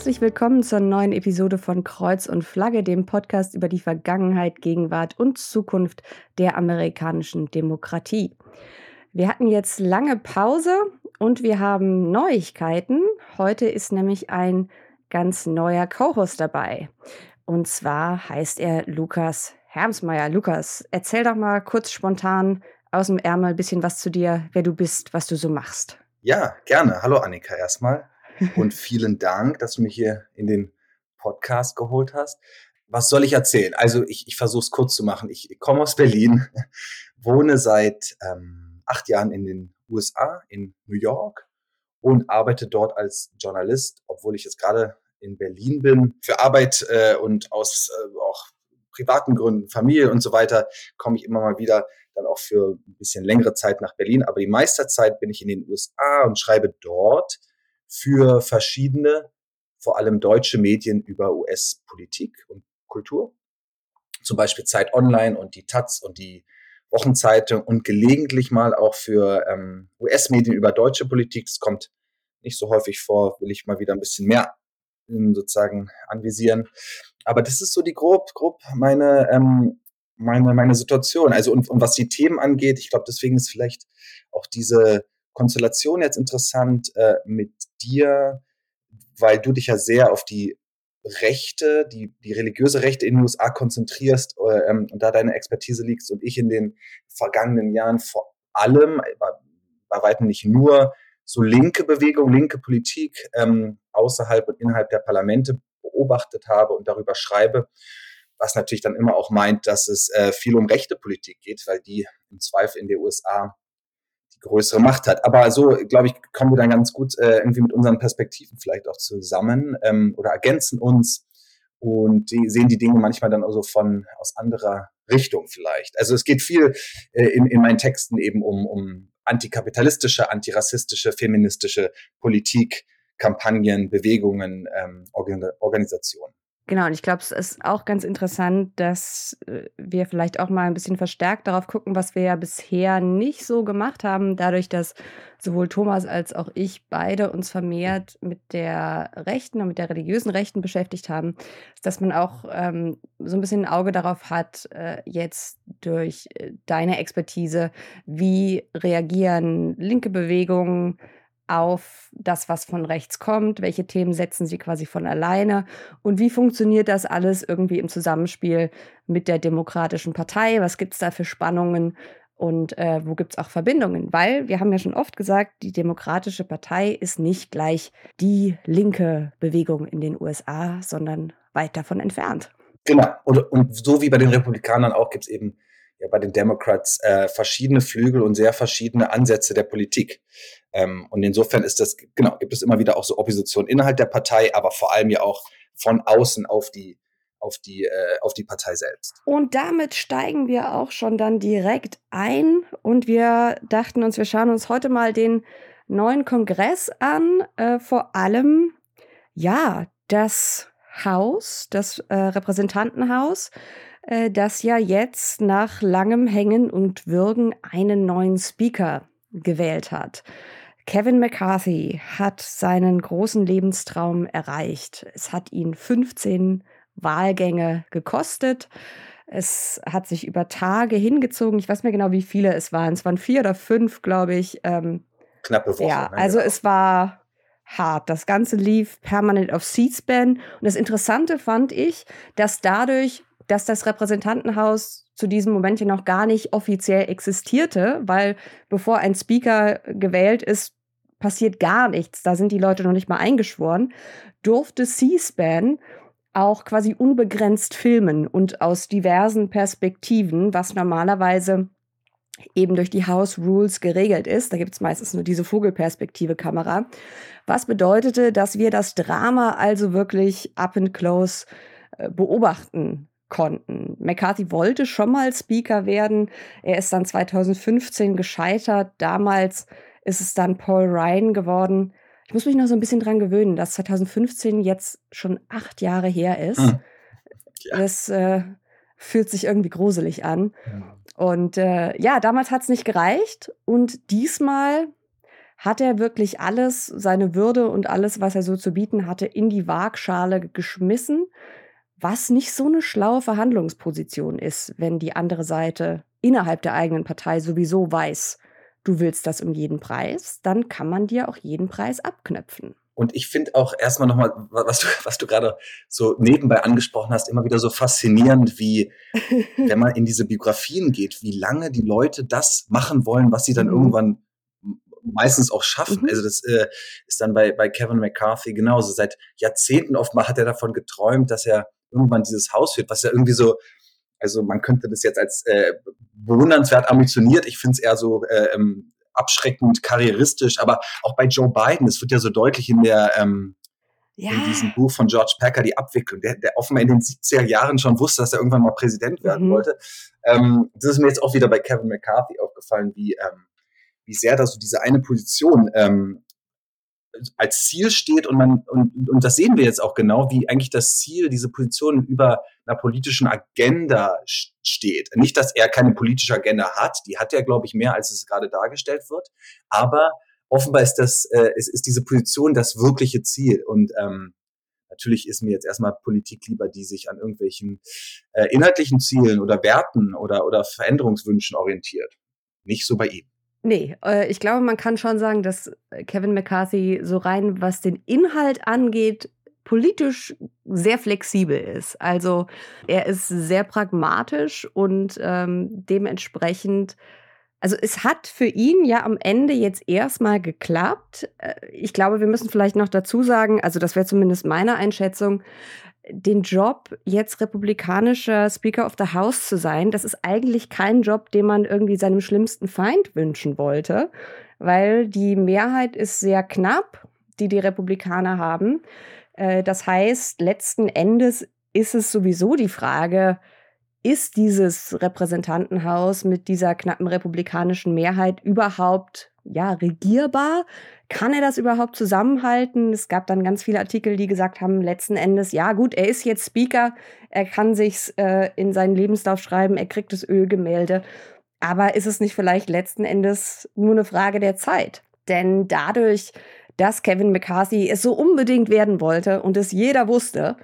Herzlich willkommen zur neuen Episode von Kreuz und Flagge, dem Podcast über die Vergangenheit, Gegenwart und Zukunft der amerikanischen Demokratie. Wir hatten jetzt lange Pause und wir haben Neuigkeiten. Heute ist nämlich ein ganz neuer Co-Host dabei. Und zwar heißt er Lukas Hermsmeyer. Lukas, erzähl doch mal kurz spontan aus dem Ärmel ein bisschen was zu dir, wer du bist, was du so machst. Ja, gerne. Hallo Annika erstmal und vielen Dank, dass du mich hier in den Podcast geholt hast. Was soll ich erzählen? Also ich versuche es kurz zu machen. Ich komme aus Berlin, wohne seit 8 Jahren in den USA, in New York und arbeite dort als Journalist, obwohl ich jetzt gerade in Berlin bin. Für Arbeit und aus auch privaten Gründen, Familie und so weiter, komme ich immer mal wieder dann auch für ein bisschen längere Zeit nach Berlin. Aber die meiste Zeit bin ich in den USA und schreibe dort für verschiedene, vor allem deutsche Medien über US-Politik und Kultur. Zum Beispiel Zeit Online und die Taz und die Wochenzeitung und gelegentlich mal auch für US-Medien über deutsche Politik. Das kommt nicht so häufig vor, will ich mal wieder ein bisschen mehr sozusagen anvisieren. Aber das ist so die grob meine Situation. Also und was die Themen angeht, ich glaube, deswegen ist vielleicht auch diese Konstellation jetzt interessant mit dir, weil du dich ja sehr auf die Rechte, die religiöse Rechte in den USA konzentrierst und da deine Expertise liegst und ich in den vergangenen Jahren vor allem, bei weitem nicht nur, so linke Bewegung, linke Politik außerhalb und innerhalb der Parlamente beobachtet habe und darüber schreibe, was natürlich dann immer auch meint, dass es viel um rechte Politik geht, weil die im Zweifel in den USA die größere Macht hat. Aber so, glaube ich, kommen wir dann ganz gut irgendwie mit unseren Perspektiven vielleicht auch zusammen oder ergänzen uns und sehen die Dinge manchmal dann also aus anderer Richtung vielleicht. Also es geht viel in meinen Texten eben um antikapitalistische, antirassistische, feministische Politik, Kampagnen, Bewegungen, Organisationen. Genau, und ich glaube, es ist auch ganz interessant, dass wir vielleicht auch mal ein bisschen verstärkt darauf gucken, was wir ja bisher nicht so gemacht haben, dadurch, dass sowohl Thomas als auch ich beide uns vermehrt mit der rechten und mit der religiösen Rechten beschäftigt haben, dass man auch so ein bisschen ein Auge darauf hat, jetzt durch deine Expertise, wie reagieren linke Bewegungen auf das, was von rechts kommt, welche Themen setzen sie quasi von alleine und wie funktioniert das alles irgendwie im Zusammenspiel mit der Demokratischen Partei? Was gibt es da für Spannungen und wo gibt es auch Verbindungen? Weil wir haben ja schon oft gesagt, die Demokratische Partei ist nicht gleich die linke Bewegung in den USA, sondern weit davon entfernt. Genau. Und so wie bei den Republikanern auch gibt es eben ja bei den Democrats verschiedene Flügel und sehr verschiedene Ansätze der Politik. Und insofern gibt es immer wieder auch so Opposition innerhalb der Partei, aber vor allem ja auch von außen auf die Partei selbst. Und damit steigen wir auch schon dann direkt ein und wir dachten uns, wir schauen uns heute mal den neuen Kongress an, vor allem, ja, das Haus, das Repräsentantenhaus, das ja jetzt nach langem Hängen und Würgen einen neuen Speaker gewählt hat. Kevin McCarthy hat seinen großen Lebenstraum erreicht. Es hat ihn 15 Wahlgänge gekostet. Es hat sich über Tage hingezogen. Ich weiß nicht mehr genau, wie viele es waren. Es waren 4 oder 5, glaube ich. Knappe Woche. Ja, also genau. es war hart. Das Ganze lief permanent auf C-SPAN. Und das Interessante fand ich, dass dadurch, dass das Repräsentantenhaus zu diesem Moment ja noch gar nicht offiziell existierte, weil bevor ein Speaker gewählt ist, passiert gar nichts. Da sind die Leute noch nicht mal eingeschworen, durfte C-SPAN auch quasi unbegrenzt filmen und aus diversen Perspektiven, was normalerweise eben durch die House Rules geregelt ist. Da gibt es meistens nur diese Vogelperspektive-Kamera. Was bedeutete, dass wir das Drama also wirklich up and close beobachten konnten. McCarthy wollte schon mal Speaker werden. Er ist dann 2015 gescheitert. Damals ist es dann Paul Ryan geworden. Ich muss mich noch so ein bisschen dran gewöhnen, dass 2015 jetzt schon 8 Jahre her ist. Ja. Das fühlt sich irgendwie gruselig an. Und ja, damals hat es nicht gereicht. Und diesmal hat er wirklich alles, seine Würde und alles, was er so zu bieten hatte, in die Waagschale geschmissen, was nicht so eine schlaue Verhandlungsposition ist, wenn die andere Seite innerhalb der eigenen Partei sowieso weiß, du willst das um jeden Preis, dann kann man dir auch jeden Preis abknöpfen. Und ich finde auch erstmal nochmal, was du gerade so nebenbei angesprochen hast, immer wieder so faszinierend, wie, wenn man in diese Biografien geht, wie lange die Leute das machen wollen, was sie dann irgendwann meistens auch schaffen. Also das ist dann bei Kevin McCarthy genauso. Seit Jahrzehnten offenbar hat er davon geträumt, dass er irgendwann dieses Haus führt, was ja irgendwie so, also man könnte das jetzt als bewundernswert ambitioniert, ich finde es eher so abschreckend, karrieristisch, aber auch bei Joe Biden, das wird ja so deutlich in in diesem Buch von George Packer, die Abwicklung, der offenbar in den 70er Jahren schon wusste, dass er irgendwann mal Präsident werden wollte. Das ist mir jetzt auch wieder bei Kevin McCarthy aufgefallen, wie sehr da so diese eine Position als Ziel steht und das sehen wir jetzt auch genau, wie eigentlich das Ziel, diese Position über einer politischen Agenda steht. Nicht, dass er keine politische Agenda hat, die hat er, glaube ich, mehr, als es gerade dargestellt wird, aber offenbar ist ist diese Position das wirkliche Ziel und natürlich ist mir jetzt erstmal Politik lieber, die sich an irgendwelchen inhaltlichen Zielen oder Werten oder Veränderungswünschen orientiert. Nicht so bei ihm. Nee, ich glaube, man kann schon sagen, dass Kevin McCarthy so rein, was den Inhalt angeht, politisch sehr flexibel ist. Also er ist sehr pragmatisch und dementsprechend, also es hat für ihn ja am Ende jetzt erstmal geklappt. Ich glaube, wir müssen vielleicht noch dazu sagen, also das wäre zumindest meine Einschätzung, den Job, jetzt republikanischer Speaker of the House zu sein, das ist eigentlich kein Job, den man irgendwie seinem schlimmsten Feind wünschen wollte, weil die Mehrheit ist sehr knapp, die Republikaner haben. Das heißt, letzten Endes ist es sowieso die Frage, ist dieses Repräsentantenhaus mit dieser knappen republikanischen Mehrheit überhaupt regierbar? Kann er das überhaupt zusammenhalten? Es gab dann ganz viele Artikel, die gesagt haben, letzten Endes, ja gut, er ist jetzt Speaker, er kann sich's in seinen Lebenslauf schreiben, er kriegt das Ölgemälde. Aber ist es nicht vielleicht letzten Endes nur eine Frage der Zeit? Denn dadurch, dass Kevin McCarthy es so unbedingt werden wollte und es jeder wusste,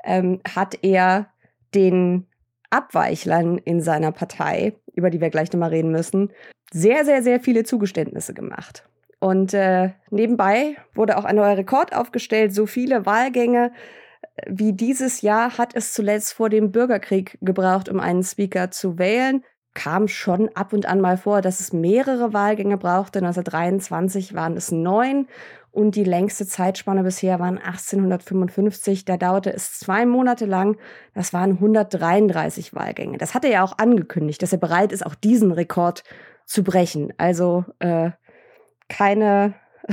hat er den Abweichlern in seiner Partei, über die wir gleich nochmal reden müssen, sehr, sehr, sehr viele Zugeständnisse gemacht. Und nebenbei wurde auch ein neuer Rekord aufgestellt. So viele Wahlgänge wie dieses Jahr hat es zuletzt vor dem Bürgerkrieg gebraucht, um einen Speaker zu wählen. Kam schon ab und an mal vor, dass es mehrere Wahlgänge brauchte. 1923 waren es 9 und die längste Zeitspanne bisher waren 1855. Da dauerte es 2 Monate lang. Das waren 133 Wahlgänge. Das hat er ja auch angekündigt, dass er bereit ist, auch diesen Rekord zu brechen. Also kein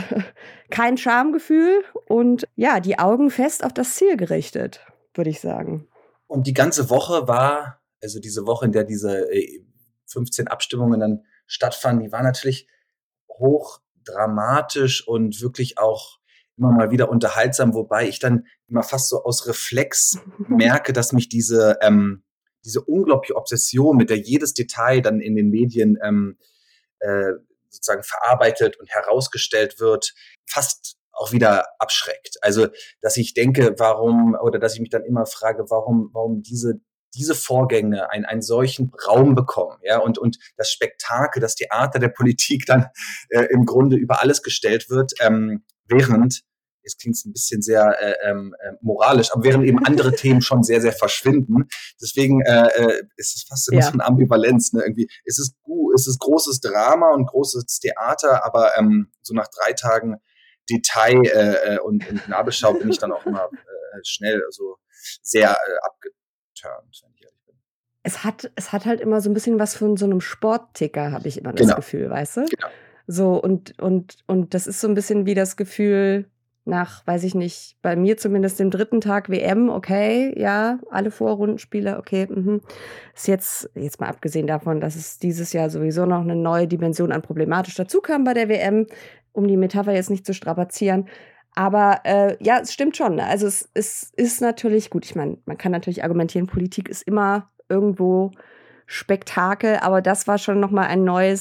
Schamgefühl und ja, die Augen fest auf das Ziel gerichtet, würde ich sagen. Und die ganze Woche war, also diese Woche, in der diese 15 Abstimmungen dann stattfanden, die war natürlich hochdramatisch und wirklich auch immer mal wieder unterhaltsam, wobei ich dann immer fast so aus Reflex merke, dass mich diese unglaubliche Obsession, mit der jedes Detail dann in den Medien sozusagen verarbeitet und herausgestellt wird, fast auch wieder abschreckt. Also, dass ich denke, dass ich mich dann immer frage, warum diese Vorgänge einen solchen Raum bekommen, ja, und das Spektakel, das Theater der Politik dann im Grunde über alles gestellt wird, während, jetzt klingt es ein bisschen sehr moralisch, aber während eben andere Themen schon sehr, sehr verschwinden. Deswegen ist es fast immer so eine Ambivalenz, ne? Irgendwie ist es großes Drama und großes Theater, aber so nach 3 Tagen Detail und Nabelschau bin ich dann auch immer schnell so sehr abgeturnt, wenn ich ehrlich bin. Es hat halt immer so ein bisschen was von so einem Sportticker, habe ich immer das Gefühl, weißt du? Genau. So, und das ist so ein bisschen wie das Gefühl nach, weiß ich nicht, bei mir zumindest dem 3. Tag WM, okay, ja, alle Vorrundenspiele, okay, ist jetzt mal abgesehen davon, dass es dieses Jahr sowieso noch eine neue Dimension an problematisch dazukam bei der WM, um die Metapher jetzt nicht zu strapazieren. Aber ja, es stimmt schon. Also es ist natürlich gut. Ich meine, man kann natürlich argumentieren, Politik ist immer irgendwo Spektakel, aber das war schon noch mal ein neues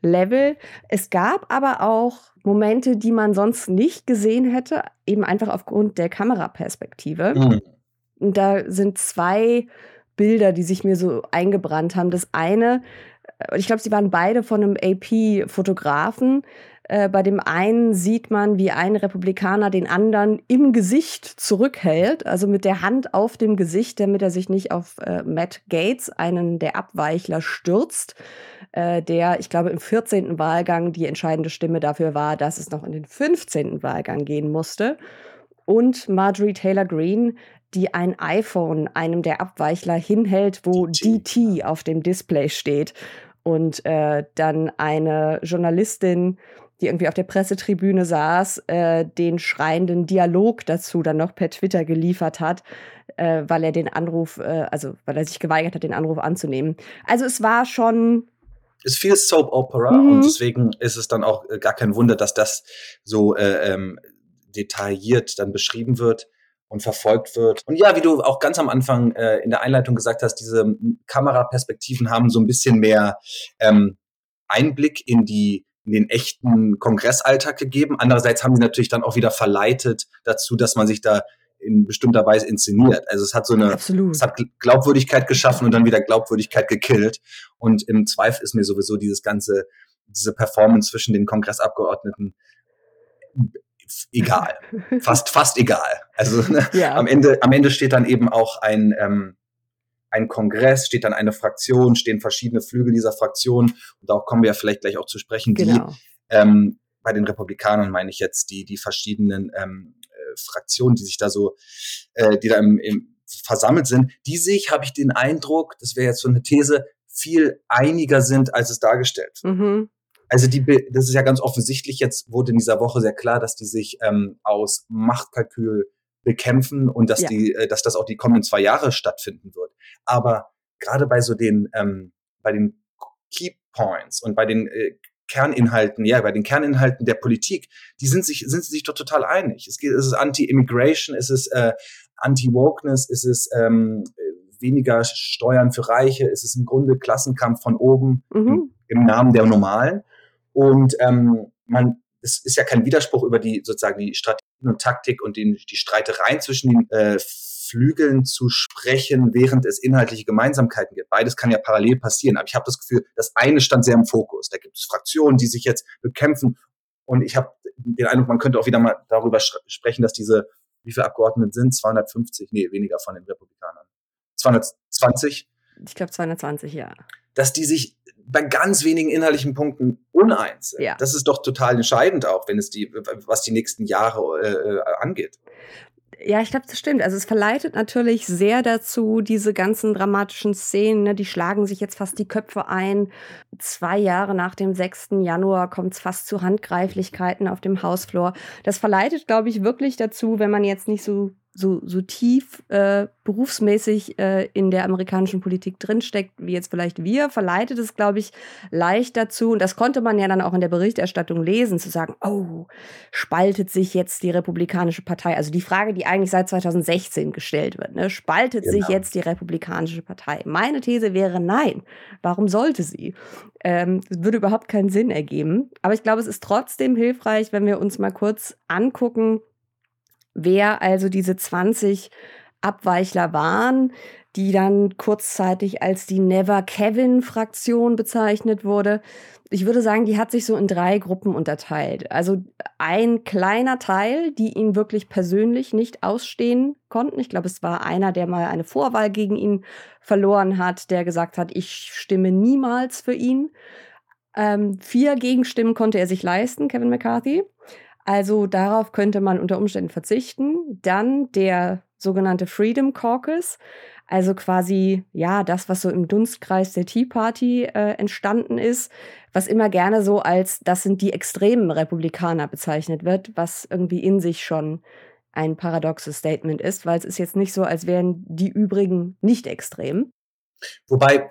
Level. Es gab aber auch Momente, die man sonst nicht gesehen hätte, eben einfach aufgrund der Kameraperspektive. Mhm. Und da sind 2 Bilder, die sich mir so eingebrannt haben. Das eine, ich glaube, sie waren beide von einem AP-Fotografen. Bei dem einen sieht man, wie ein Republikaner den anderen im Gesicht zurückhält, also mit der Hand auf dem Gesicht, damit er sich nicht auf Matt Gaetz, einen der Abweichler, stürzt, der, ich glaube, im 14. Wahlgang die entscheidende Stimme dafür war, dass es noch in den 15. Wahlgang gehen musste. Und Marjorie Taylor Greene, die ein iPhone einem der Abweichler hinhält, wo DT auf dem Display steht. Und dann eine Journalistin, die irgendwie auf der Pressetribüne saß, den schreienden Dialog dazu dann noch per Twitter geliefert hat, weil er den Anruf, weil er sich geweigert hat, den Anruf anzunehmen. Also es war schon... Es ist viel Soap Opera und deswegen ist es dann auch gar kein Wunder, dass das so detailliert dann beschrieben wird und verfolgt wird. Und ja, wie du auch ganz am Anfang in der Einleitung gesagt hast, diese Kameraperspektiven haben so ein bisschen mehr Einblick in den echten Kongressalltag gegeben. Andererseits haben sie natürlich dann auch wieder verleitet dazu, dass man sich da in bestimmter Weise inszeniert. Also es hat es hat Glaubwürdigkeit geschaffen und dann wieder Glaubwürdigkeit gekillt. Und im Zweifel ist mir sowieso diese Performance zwischen den Kongressabgeordneten egal. fast egal. Also ja. am Ende steht dann eben auch ein Kongress, steht dann eine Fraktion, stehen verschiedene Flügel dieser Fraktion. Und darauf kommen wir ja vielleicht gleich auch zu sprechen. Genau. Die, bei den Republikanern meine ich jetzt die verschiedenen Fraktionen, die sich da so, die da im versammelt sind, die sich, habe ich den Eindruck, das wäre jetzt so eine These, viel einiger sind, als es dargestellt wird. Mhm. Also das ist ja ganz offensichtlich, jetzt wurde in dieser Woche sehr klar, dass die sich aus Machtkalkül bekämpfen und dass dass das auch die kommenden 2 Jahre stattfinden wird. Aber gerade bei so bei den Key Points und bei den Kerninhalten der Politik, sind sie sich doch total einig. Es ist Anti-Immigration, es ist Anti-Wokeness, es ist weniger Steuern für Reiche, es ist im Grunde Klassenkampf von oben im Namen der Normalen. Und es ist ja kein Widerspruch über die Strategien und Taktik und die Streitereien zwischen den Flügeln zu sprechen, während es inhaltliche Gemeinsamkeiten gibt. Beides kann ja parallel passieren. Aber ich habe das Gefühl, das eine stand sehr im Fokus. Da gibt es Fraktionen, die sich jetzt bekämpfen. Und ich habe den Eindruck, man könnte auch wieder mal darüber sprechen, dass wie viele Abgeordneten sind? 250? Nee, weniger von den Republikanern. 220? Ich glaube 220, ja. Dass die sich bei ganz wenigen inhaltlichen Punkten uneins sind. Ja. Das ist doch total entscheidend auch, was die nächsten Jahre angeht. Ja, ich glaube, das stimmt. Also es verleitet natürlich sehr dazu, diese ganzen dramatischen Szenen, ne, die schlagen sich jetzt fast die Köpfe ein. 2 Jahre nach dem 6. Januar kommt es fast zu Handgreiflichkeiten auf dem Hausflur. Das verleitet, glaube ich, wirklich dazu, wenn man jetzt nicht so tief berufsmäßig in der amerikanischen Politik drinsteckt, wie jetzt vielleicht wir, verleitet es, glaube ich, leicht dazu, und das konnte man ja dann auch in der Berichterstattung lesen, zu sagen, oh, spaltet sich jetzt die Republikanische Partei? Also die Frage, die eigentlich seit 2016 gestellt wird, ne? Spaltet sich jetzt die Republikanische Partei? Meine These wäre nein. Warum sollte sie? Das würde überhaupt keinen Sinn ergeben. Aber ich glaube, es ist trotzdem hilfreich, wenn wir uns mal kurz angucken, wer also diese 20 Abweichler waren, die dann kurzzeitig als die Never-Kevin-Fraktion bezeichnet wurde. Ich würde sagen, die hat sich so in 3 Gruppen unterteilt. Also ein kleiner Teil, die ihn wirklich persönlich nicht ausstehen konnten. Ich glaube, es war einer, der mal eine Vorwahl gegen ihn verloren hat, der gesagt hat, ich stimme niemals für ihn. 4 Gegenstimmen konnte er sich leisten, Kevin McCarthy. Also darauf könnte man unter Umständen verzichten. Dann der sogenannte Freedom Caucus, also quasi das, was so im Dunstkreis der Tea Party entstanden ist, was immer gerne so als das sind die extremen Republikaner bezeichnet wird, was irgendwie in sich schon ein paradoxes Statement ist, weil es ist jetzt nicht so, als wären die übrigen nicht extrem. Wobei,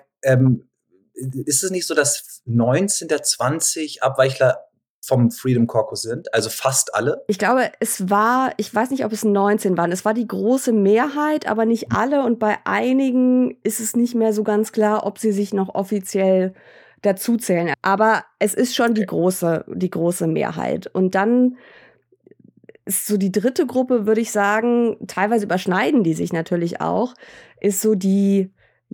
ist es nicht so, dass 19 der 20 Abweichler vom Freedom Caucus sind, also fast alle? Ich glaube, ich weiß nicht, ob es 19 waren. Es war die große Mehrheit, aber nicht alle. Und bei einigen ist es nicht mehr so ganz klar, ob sie sich noch offiziell dazu zählen. Aber es ist schon die große Mehrheit. Und dann ist so die dritte Gruppe, würde ich sagen, teilweise überschneiden die sich natürlich auch, ist so die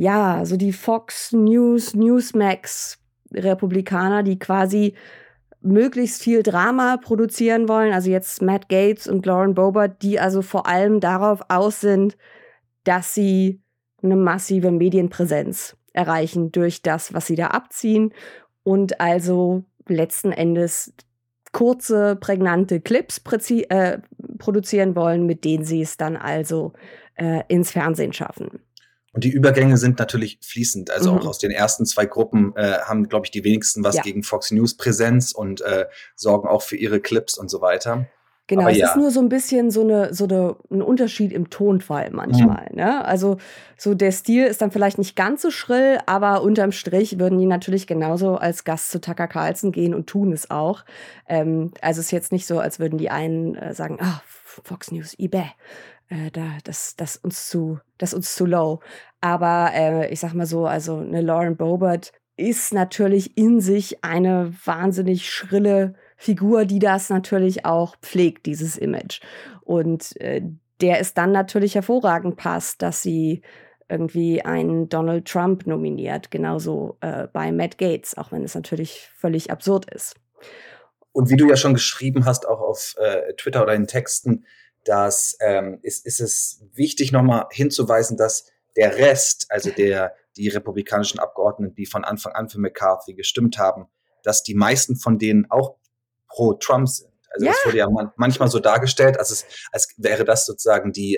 Fox News, Newsmax Republikaner, die quasi möglichst viel Drama produzieren wollen. Also jetzt Matt Gaetz und Lauren Boebert, die also vor allem darauf aus sind, dass sie eine massive Medienpräsenz erreichen durch das, was sie da abziehen und also letzten Endes kurze, prägnante Clips produzieren wollen, mit denen sie es dann also ins Fernsehen schaffen. Und die Übergänge sind natürlich fließend. Also auch aus den ersten 2 Gruppen haben, glaube ich, die wenigsten was gegen Fox News Präsenz und sorgen auch für ihre Clips und so weiter. Genau, aber es ist nur so ein bisschen ein Unterschied im Tonfall manchmal. Ne? Also so der Stil ist dann vielleicht nicht ganz so schrill, aber unterm Strich würden die natürlich genauso als Gast zu Tucker Carlson gehen und tun es auch. Also es ist jetzt nicht so, als würden die einen sagen, Fox News, eBay. Das uns zu low. Aber ich sag mal so, also eine Lauren Boebert ist natürlich in sich eine wahnsinnig schrille Figur, die das natürlich auch pflegt, dieses Image. Und der es dann natürlich hervorragend passt, dass sie irgendwie einen Donald Trump nominiert, genauso bei Matt Gaetz, auch wenn es natürlich völlig absurd ist. Und wie du ja schon geschrieben hast, auch auf Twitter oder in Texten, dass ist es wichtig, nochmal hinzuweisen, dass der Rest, also die republikanischen Abgeordneten, die von Anfang an für McCarthy gestimmt haben, dass die meisten von denen auch pro Trump sind. Also das wurde ja manchmal so dargestellt, als wäre das sozusagen die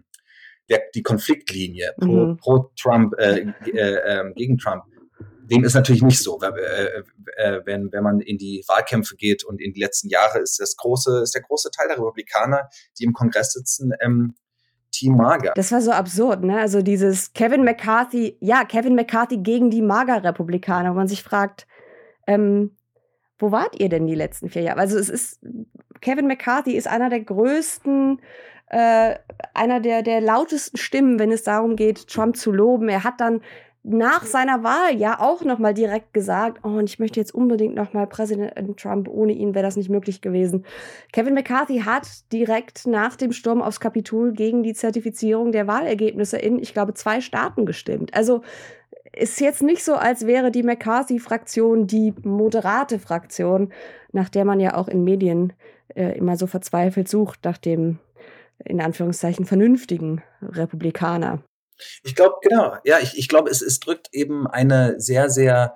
Konfliktlinie pro Trump gegen Trump. Dem ist natürlich nicht so. Wenn man in die Wahlkämpfe geht und in die letzten Jahre ist der große Teil der Republikaner, die im Kongress sitzen, Team MAGA. Das war so absurd, ne? Also dieses Kevin McCarthy gegen die MAGA-Republikaner, wo man sich fragt, wo wart ihr denn die letzten 4 Jahre? Also Kevin McCarthy ist einer der größten, einer der lautesten Stimmen, wenn es darum geht, Trump zu loben. Er hat dann nach seiner Wahl ja auch noch mal direkt gesagt, und ich möchte jetzt unbedingt noch mal Präsident Trump, ohne ihn wäre das nicht möglich gewesen. Kevin McCarthy hat direkt nach dem Sturm aufs Kapitol gegen die Zertifizierung der Wahlergebnisse in, ich glaube, 2 Staaten gestimmt. Also ist jetzt nicht so, als wäre die McCarthy-Fraktion die moderate Fraktion, nach der man ja auch in Medien immer so verzweifelt sucht, nach dem, in Anführungszeichen, vernünftigen Republikaner. Ich glaube, genau. Ja, ich glaube, es drückt eben eine sehr, sehr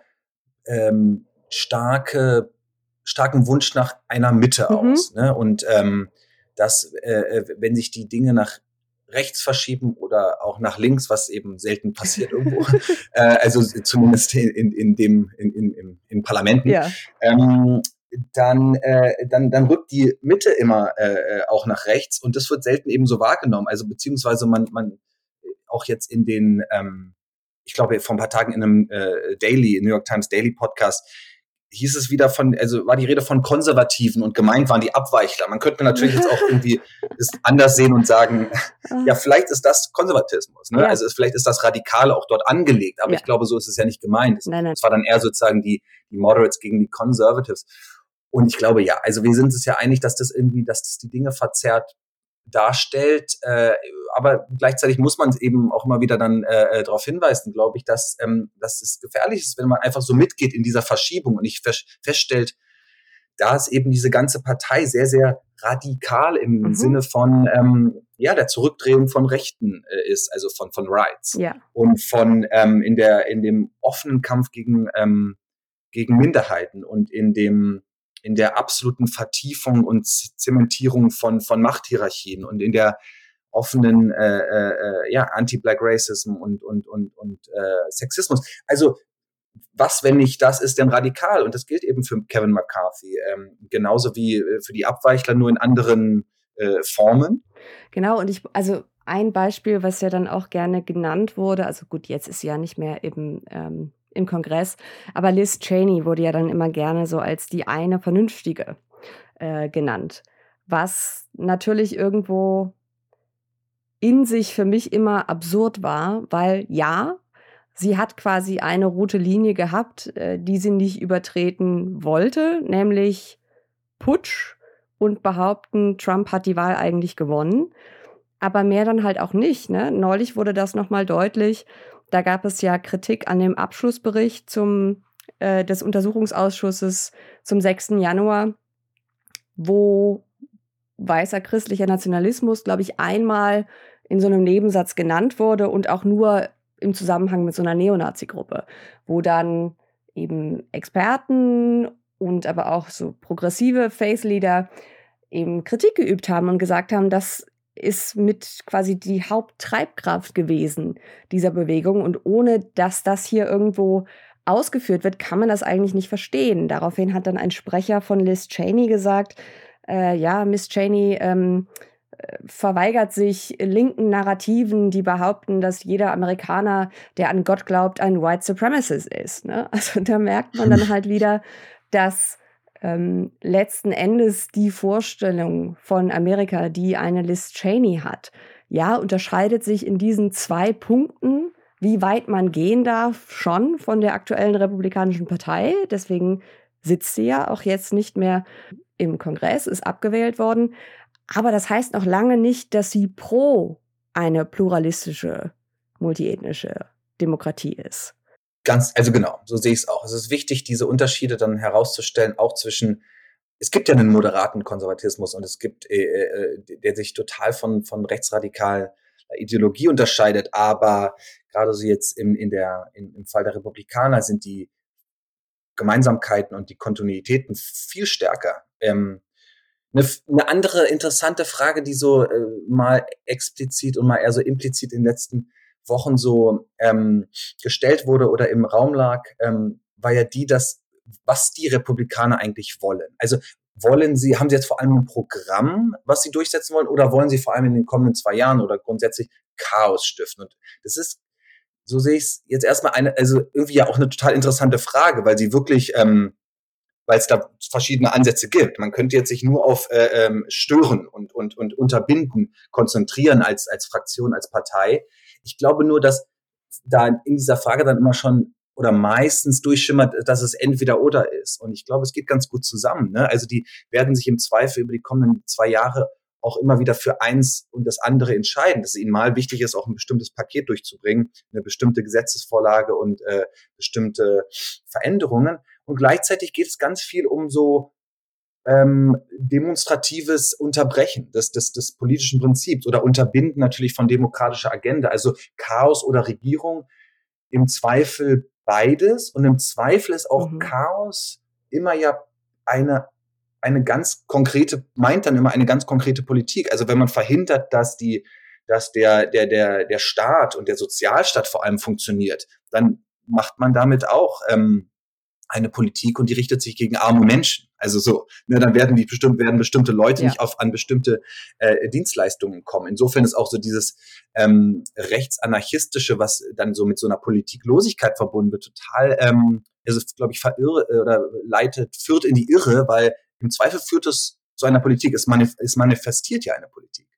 starken Wunsch nach einer Mitte aus. Ne? Und dass, wenn sich die Dinge nach rechts verschieben oder auch nach links, was eben selten passiert irgendwo, also zumindest in Parlamenten, dann rückt die Mitte immer auch nach rechts und das wird selten eben so wahrgenommen. Also beziehungsweise man auch jetzt in den, ich glaube vor ein paar Tagen in einem New York Times Daily Podcast hieß es wieder war die Rede von Konservativen und gemeint waren die Abweichler. Man könnte natürlich jetzt auch irgendwie das anders sehen und sagen, ja, vielleicht ist das Konservatismus, ne? Ja. Also vielleicht ist das Radikale auch dort angelegt, aber ich glaube, so ist es ja nicht gemeint. Es war dann eher sozusagen die Moderates gegen die Conservatives. Und ich glaube, ja, also wir sind uns ja einig, dass das die Dinge verzerrt darstellt, aber gleichzeitig muss man eben auch immer wieder dann darauf hinweisen, glaube ich, dass es gefährlich ist, wenn man einfach so mitgeht in dieser Verschiebung und nicht feststellt, da ist eben diese ganze Partei sehr, sehr radikal im Sinne von der Zurückdrehung von Rechten ist, also von Rights und von in dem offenen Kampf gegen Minderheiten und in der absoluten Vertiefung und Zementierung von Machthierarchien und in der offenen Anti-Black Racism und Sexismus. Also was, wenn nicht das, ist denn radikal? Und das gilt eben für Kevin McCarthy, genauso wie für die Abweichler, nur in anderen Formen. Genau, und also ein Beispiel, was ja dann auch gerne genannt wurde, also gut, jetzt ist sie ja nicht mehr im Kongress, aber Liz Cheney wurde ja dann immer gerne so als die eine Vernünftige genannt, was natürlich irgendwo in sich für mich immer absurd war, weil ja, sie hat quasi eine rote Linie gehabt, die sie nicht übertreten wollte, nämlich Putsch und behaupten, Trump hat die Wahl eigentlich gewonnen. Aber mehr dann halt auch nicht, ne? Neulich wurde das noch mal deutlich. Da gab es ja Kritik an dem Abschlussbericht des Untersuchungsausschusses zum 6. Januar, wo weißer christlicher Nationalismus, glaube ich, einmal in so einem Nebensatz genannt wurde und auch nur im Zusammenhang mit so einer Neonazi-Gruppe, wo dann eben Experten und aber auch so progressive Faith-Leader eben Kritik geübt haben und gesagt haben, das ist mit quasi die Haupttreibkraft gewesen dieser Bewegung. Und ohne dass das hier irgendwo ausgeführt wird, kann man das eigentlich nicht verstehen. Daraufhin hat dann ein Sprecher von Liz Cheney gesagt, ja, Miss Cheney verweigert sich linken Narrativen, die behaupten, dass jeder Amerikaner, der an Gott glaubt, ein White Supremacist ist. Ne? Also da merkt man dann halt wieder, dass letzten Endes die Vorstellung von Amerika, die eine Liz Cheney hat, ja, unterscheidet sich in diesen 2 Punkten, wie weit man gehen darf, schon von der aktuellen Republikanischen Partei. Deswegen sitzt sie ja auch jetzt nicht mehr im Kongress, ist abgewählt worden. Aber das heißt noch lange nicht, dass sie pro eine pluralistische, multiethnische Demokratie ist. Also genau, so sehe ich es auch. Es ist wichtig, diese Unterschiede dann herauszustellen, auch zwischen, es gibt ja einen moderaten Konservatismus und es gibt, der sich total von rechtsradikaler Ideologie unterscheidet, aber gerade so jetzt im Fall der Republikaner sind die Gemeinsamkeiten und die Kontinuitäten viel stärker. Eine andere interessante Frage, die so mal explizit und mal eher so implizit in den letzten Wochen so gestellt wurde oder im Raum lag, war ja was die Republikaner eigentlich wollen. Also haben sie jetzt vor allem ein Programm, was sie durchsetzen wollen, oder wollen sie vor allem in den kommenden 2 Jahren oder grundsätzlich Chaos stiften? Und das ist, so sehe ich es jetzt erstmal also irgendwie ja auch eine total interessante Frage, weil sie wirklich, weil es da verschiedene Ansätze gibt. Man könnte jetzt sich nur auf Stören und Unterbinden konzentrieren als Fraktion, als Partei. Ich glaube nur, dass da in dieser Frage dann immer schon oder meistens durchschimmert, dass es entweder oder ist. Und ich glaube, es geht ganz gut zusammen. Ne? Also die werden sich im Zweifel über die kommenden 2 Jahre auch immer wieder für eins und das andere entscheiden, dass es ihnen mal wichtig ist, auch ein bestimmtes Paket durchzubringen, eine bestimmte Gesetzesvorlage und bestimmte Veränderungen. Und gleichzeitig geht es ganz viel um so demonstratives Unterbrechen des politischen Prinzips oder Unterbinden natürlich von demokratischer Agenda. Also Chaos oder Regierung, im Zweifel beides. Und im Zweifel ist auch Chaos immer ja eine ganz konkrete, meint dann immer eine ganz konkrete Politik. Also wenn man verhindert, dass der Staat und der Sozialstaat vor allem funktioniert, dann macht man damit auch eine Politik und die richtet sich gegen arme Menschen. Also so, ne, dann werden bestimmte Leute nicht an bestimmte Dienstleistungen kommen. Insofern ist auch so dieses rechtsanarchistische, was dann so mit so einer Politiklosigkeit verbunden wird, total, also glaube ich, führt in die Irre, weil im Zweifel führt es zu einer Politik. Es manifestiert ja eine Politik.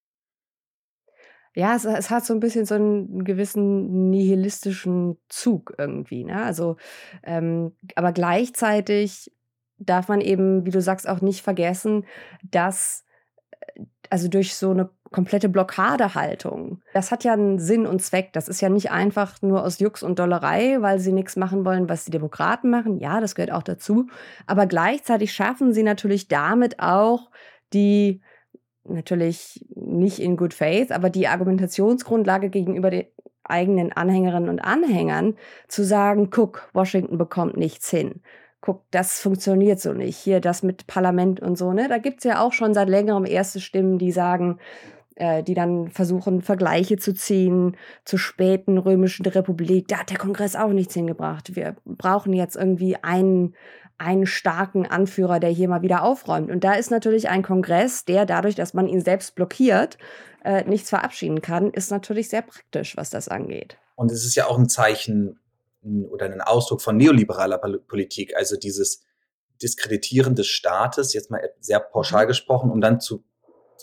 Ja, es hat so ein bisschen so einen gewissen nihilistischen Zug irgendwie, ne? Also, aber gleichzeitig darf man eben, wie du sagst, auch nicht vergessen, dass also durch so eine komplette Blockadehaltung, das hat ja einen Sinn und Zweck. Das ist ja nicht einfach nur aus Jux und Dollerei, weil sie nichts machen wollen, was die Demokraten machen. Ja, das gehört auch dazu. Aber gleichzeitig schaffen sie natürlich damit auch die natürlich nicht in good faith, aber die Argumentationsgrundlage gegenüber den eigenen Anhängerinnen und Anhängern zu sagen, guck, Washington bekommt nichts hin. Guck, das funktioniert so nicht. Hier das mit Parlament und so, ne? Da gibt's ja auch schon seit längerem erste Stimmen, die sagen, die dann versuchen, Vergleiche zu ziehen zur späten römischen Republik. Da hat der Kongress auch nichts hingebracht. Wir brauchen jetzt irgendwie einen starken Anführer, der hier mal wieder aufräumt. Und da ist natürlich ein Kongress, der dadurch, dass man ihn selbst blockiert, nichts verabschieden kann, ist natürlich sehr praktisch, was das angeht. Und es ist ja auch ein Zeichen oder ein Ausdruck von neoliberaler Politik, also dieses Diskreditieren des Staates, jetzt mal sehr pauschal gesprochen, um dann zu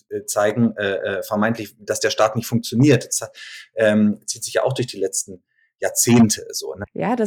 zeigen, vermeintlich, dass der Staat nicht funktioniert. Das zieht sich ja auch durch die letzten Jahrzehnte so. Ne? Ja,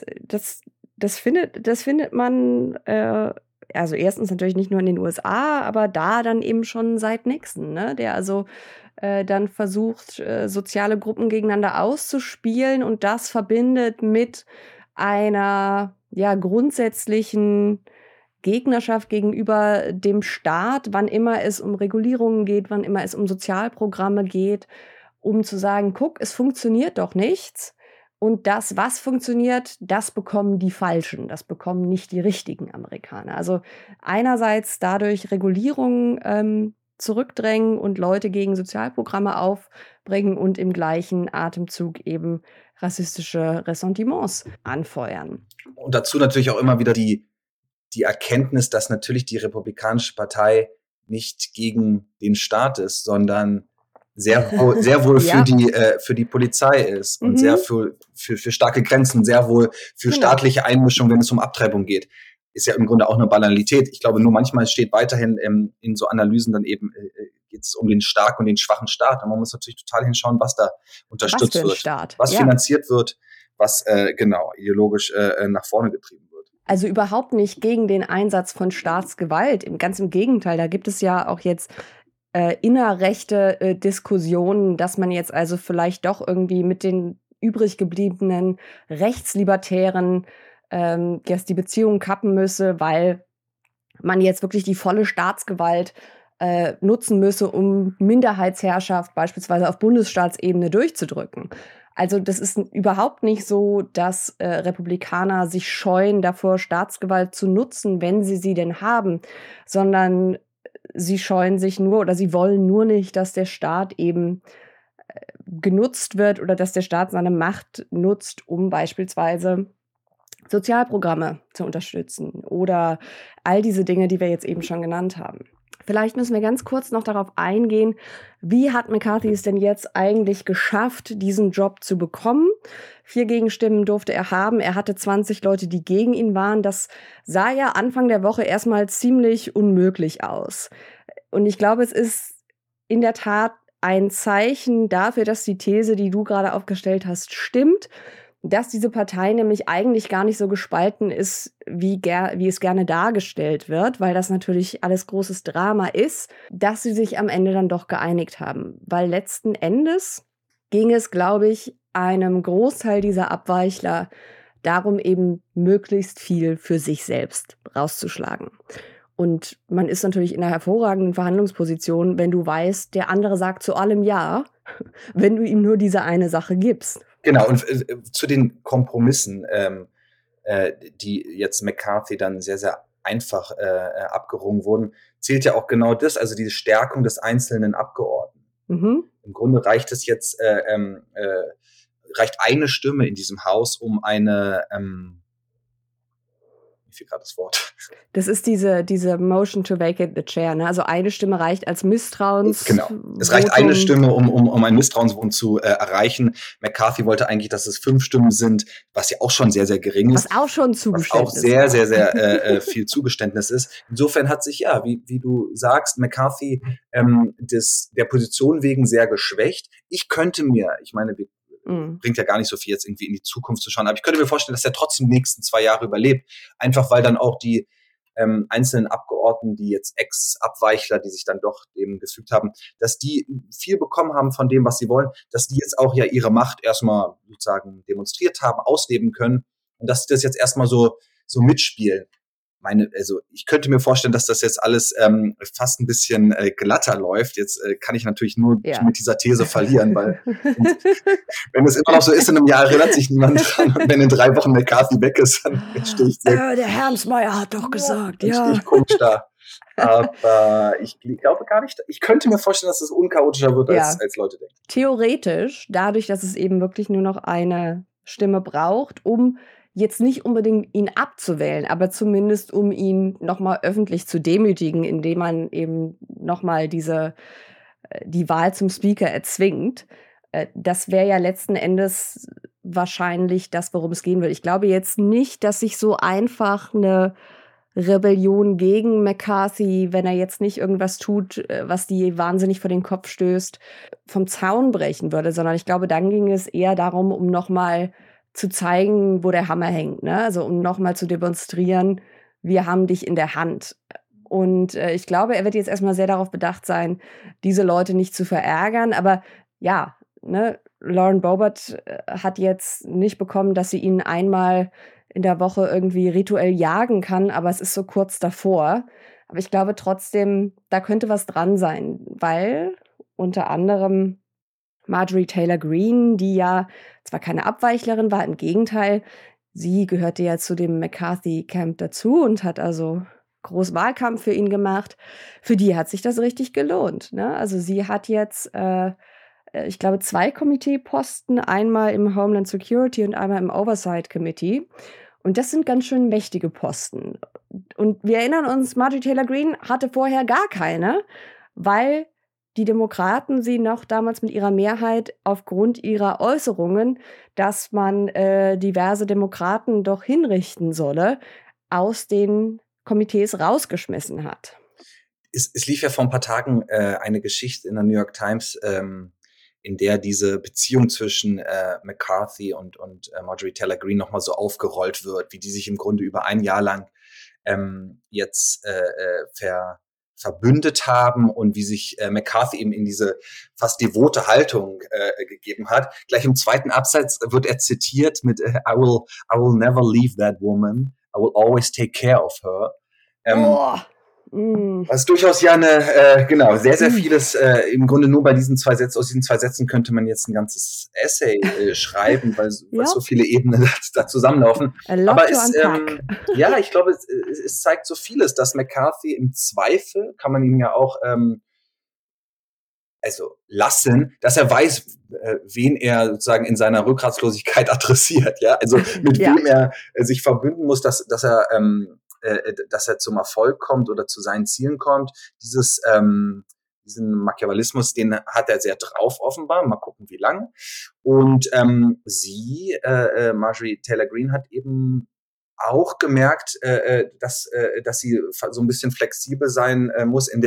das findet man, also erstens natürlich nicht nur in den USA, aber da dann eben schon seit Nixon, ne? Der also dann versucht, soziale Gruppen gegeneinander auszuspielen und das verbindet mit einer grundsätzlichen Gegnerschaft gegenüber dem Staat, wann immer es um Regulierungen geht, wann immer es um Sozialprogramme geht, um zu sagen, guck, es funktioniert doch nichts. Und das, was funktioniert, das bekommen die Falschen, das bekommen nicht die richtigen Amerikaner. Also einerseits dadurch Regulierungen zurückdrängen und Leute gegen Sozialprogramme aufbringen und im gleichen Atemzug eben rassistische Ressentiments anfeuern. Und dazu natürlich auch immer wieder die Erkenntnis, dass natürlich die Republikanische Partei nicht gegen den Staat ist, sondern sehr wohl für die Polizei ist und sehr für starke Grenzen, sehr wohl für staatliche Einmischung, wenn es um Abtreibung geht. Ist ja im Grunde auch eine Banalität. Ich glaube, nur manchmal steht weiterhin in so Analysen dann eben, geht es um den starken und den schwachen Staat. Und man muss natürlich total hinschauen, was da unterstützt wird, was finanziert wird, was ideologisch nach vorne getrieben wird. Also überhaupt nicht gegen den Einsatz von Staatsgewalt. Ganz im Gegenteil, da gibt es ja auch jetzt innerrechte Diskussionen, dass man jetzt also vielleicht doch irgendwie mit den übrig gebliebenen Rechtslibertären jetzt die Beziehungen kappen müsse, weil man jetzt wirklich die volle Staatsgewalt nutzen müsse, um Minderheitsherrschaft beispielsweise auf Bundesstaatsebene durchzudrücken. Also das ist überhaupt nicht so, dass Republikaner sich scheuen, davor Staatsgewalt zu nutzen, wenn sie denn haben, sondern sie scheuen sich nur oder sie wollen nur nicht, dass der Staat eben genutzt wird oder dass der Staat seine Macht nutzt, um beispielsweise Sozialprogramme zu unterstützen oder all diese Dinge, die wir jetzt eben schon genannt haben. Vielleicht müssen wir ganz kurz noch darauf eingehen, wie hat McCarthy es denn jetzt eigentlich geschafft, diesen Job zu bekommen? 4 Gegenstimmen durfte er haben. Er hatte 20 Leute, die gegen ihn waren. Das sah ja Anfang der Woche erstmal ziemlich unmöglich aus. Und ich glaube, es ist in der Tat ein Zeichen dafür, dass die These, die du gerade aufgestellt hast, stimmt. Dass diese Partei nämlich eigentlich gar nicht so gespalten ist, wie es gerne dargestellt wird, weil das natürlich alles großes Drama ist, dass sie sich am Ende dann doch geeinigt haben. Weil letzten Endes ging es, glaube ich, einem Großteil dieser Abweichler darum, eben möglichst viel für sich selbst rauszuschlagen. Und man ist natürlich in einer hervorragenden Verhandlungsposition, wenn du weißt, der andere sagt zu allem Ja, wenn du ihm nur diese eine Sache gibst. Genau, und zu den Kompromissen, die jetzt McCarthy dann sehr, sehr einfach abgerungen wurden, zählt ja auch genau das, also die Stärkung des einzelnen Abgeordneten. Mhm. Im Grunde reicht es jetzt, reicht eine Stimme in diesem Haus, um eine mir fehlt gerade das Wort. Das ist diese Motion to vacate the chair, ne? Also eine Stimme reicht als Misstrauens. Genau. Es reicht eine Stimme, um ein Misstrauensvotum zu erreichen. McCarthy wollte eigentlich, dass es 5 Stimmen sind, was ja auch schon sehr, sehr gering ist. Was auch schon Zugeständnis ist. Was auch sehr, sehr, sehr viel Zugeständnis ist. Insofern hat sich, ja, wie du sagst, McCarthy der Position wegen sehr geschwächt. Ich meine, bringt ja gar nicht so viel jetzt irgendwie in die Zukunft zu schauen. Aber ich könnte mir vorstellen, dass er trotzdem die nächsten 2 Jahre überlebt. Einfach weil dann auch die einzelnen Abgeordneten, die jetzt Ex-Abweichler, die sich dann doch eben gefügt haben, dass die viel bekommen haben von dem, was sie wollen, dass die jetzt auch ja ihre Macht erstmal sozusagen demonstriert haben, ausleben können und dass sie das jetzt erstmal so mitspielen. Also ich könnte mir vorstellen, dass das jetzt alles fast ein bisschen glatter läuft. Jetzt kann ich natürlich nur mit dieser These verlieren, weil wenn es immer noch so ist, in einem Jahr erinnert sich niemand dran. Und wenn in 3 Wochen McCarthy weg ist, dann stehe ich der Hermsmeyer hat doch gesagt, dann stehe ich komisch da. Aber ich glaube gar nicht. Ich könnte mir vorstellen, dass es unchaotischer wird, als Leute denken. Theoretisch, dadurch, dass es eben wirklich nur noch eine Stimme braucht, um jetzt nicht unbedingt ihn abzuwählen, aber zumindest um ihn nochmal öffentlich zu demütigen, indem man eben nochmal die Wahl zum Speaker erzwingt. Das wäre ja letzten Endes wahrscheinlich das, worum es gehen will. Ich glaube jetzt nicht, dass sich so einfach eine Rebellion gegen McCarthy, wenn er jetzt nicht irgendwas tut, was die wahnsinnig vor den Kopf stößt, vom Zaun brechen würde, sondern ich glaube, dann ging es eher darum, um nochmal zu zeigen, wo der Hammer hängt, ne? Also um nochmal zu demonstrieren, wir haben dich in der Hand. Und ich glaube, er wird jetzt erstmal sehr darauf bedacht sein, diese Leute nicht zu verärgern. Aber ja, ne, Lauren Boebert hat jetzt nicht bekommen, dass sie ihn einmal in der Woche irgendwie rituell jagen kann, aber es ist so kurz davor. Aber ich glaube trotzdem, da könnte was dran sein, weil unter anderem Marjorie Taylor Greene, die ja zwar keine Abweichlerin war, im Gegenteil, sie gehörte ja zu dem McCarthy-Camp dazu und hat also groß Wahlkampf für ihn gemacht. Für die hat sich das richtig gelohnt, ne? Also sie hat jetzt, ich glaube, 2 Komiteeposten, einmal im Homeland Security und einmal im Oversight Committee. Und das sind ganz schön mächtige Posten. Und wir erinnern uns, Marjorie Taylor Greene hatte vorher gar keine, weil die Demokraten sie noch damals mit ihrer Mehrheit aufgrund ihrer Äußerungen, dass man diverse Demokraten doch hinrichten solle, aus den Komitees rausgeschmissen hat. Es lief ja vor ein paar Tagen eine Geschichte in der New York Times, in der diese Beziehung zwischen McCarthy und Marjorie Taylor Greene nochmal so aufgerollt wird, wie die sich im Grunde über ein Jahr lang jetzt verbündet haben und wie sich McCarthy eben in diese fast devote Haltung gegeben hat. Gleich im zweiten Absatz wird er zitiert mit I will never leave that woman. I will always take care of her. Was durchaus ja eine, genau, sehr, sehr vieles, im Grunde nur bei diesen 2 Sätzen, aus diesen 2 Sätzen könnte man jetzt ein ganzes Essay schreiben, weil so viele Ebenen da zusammenlaufen. Aber ja, ich glaube, es zeigt so vieles, dass McCarthy im Zweifel, kann man ihm ja auch lassen, dass er weiß, wen er sozusagen in seiner Rückgratslosigkeit adressiert, ja, also mit wem er sich verbünden muss, dass er zum Erfolg kommt oder zu seinen Zielen kommt. Diesen Machiavellismus, den hat er sehr drauf offenbar. Mal gucken, wie lange. Und Marjorie Taylor Greene, hat eben auch gemerkt, dass sie so ein bisschen flexibel sein muss in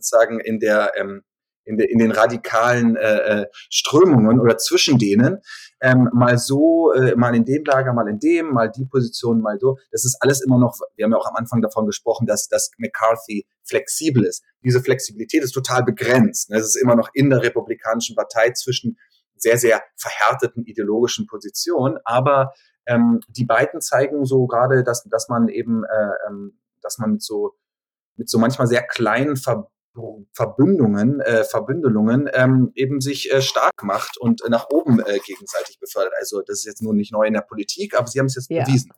den radikalen Strömungen oder zwischen denen, mal so, mal in dem Lager, mal in dem, mal die Position, mal so. Das ist alles immer noch, wir haben ja auch am Anfang davon gesprochen, dass McCarthy flexibel ist. Diese Flexibilität ist total begrenzt. Es ist immer noch in der Republikanischen Partei zwischen sehr, sehr verhärteten ideologischen Positionen, aber die beiden zeigen so gerade, dass man eben, dass man mit so manchmal sehr kleinen Verbündelungen eben sich stark macht und nach oben gegenseitig befördert. Also das ist jetzt nur nicht neu in der Politik, aber sie haben es jetzt bewiesen.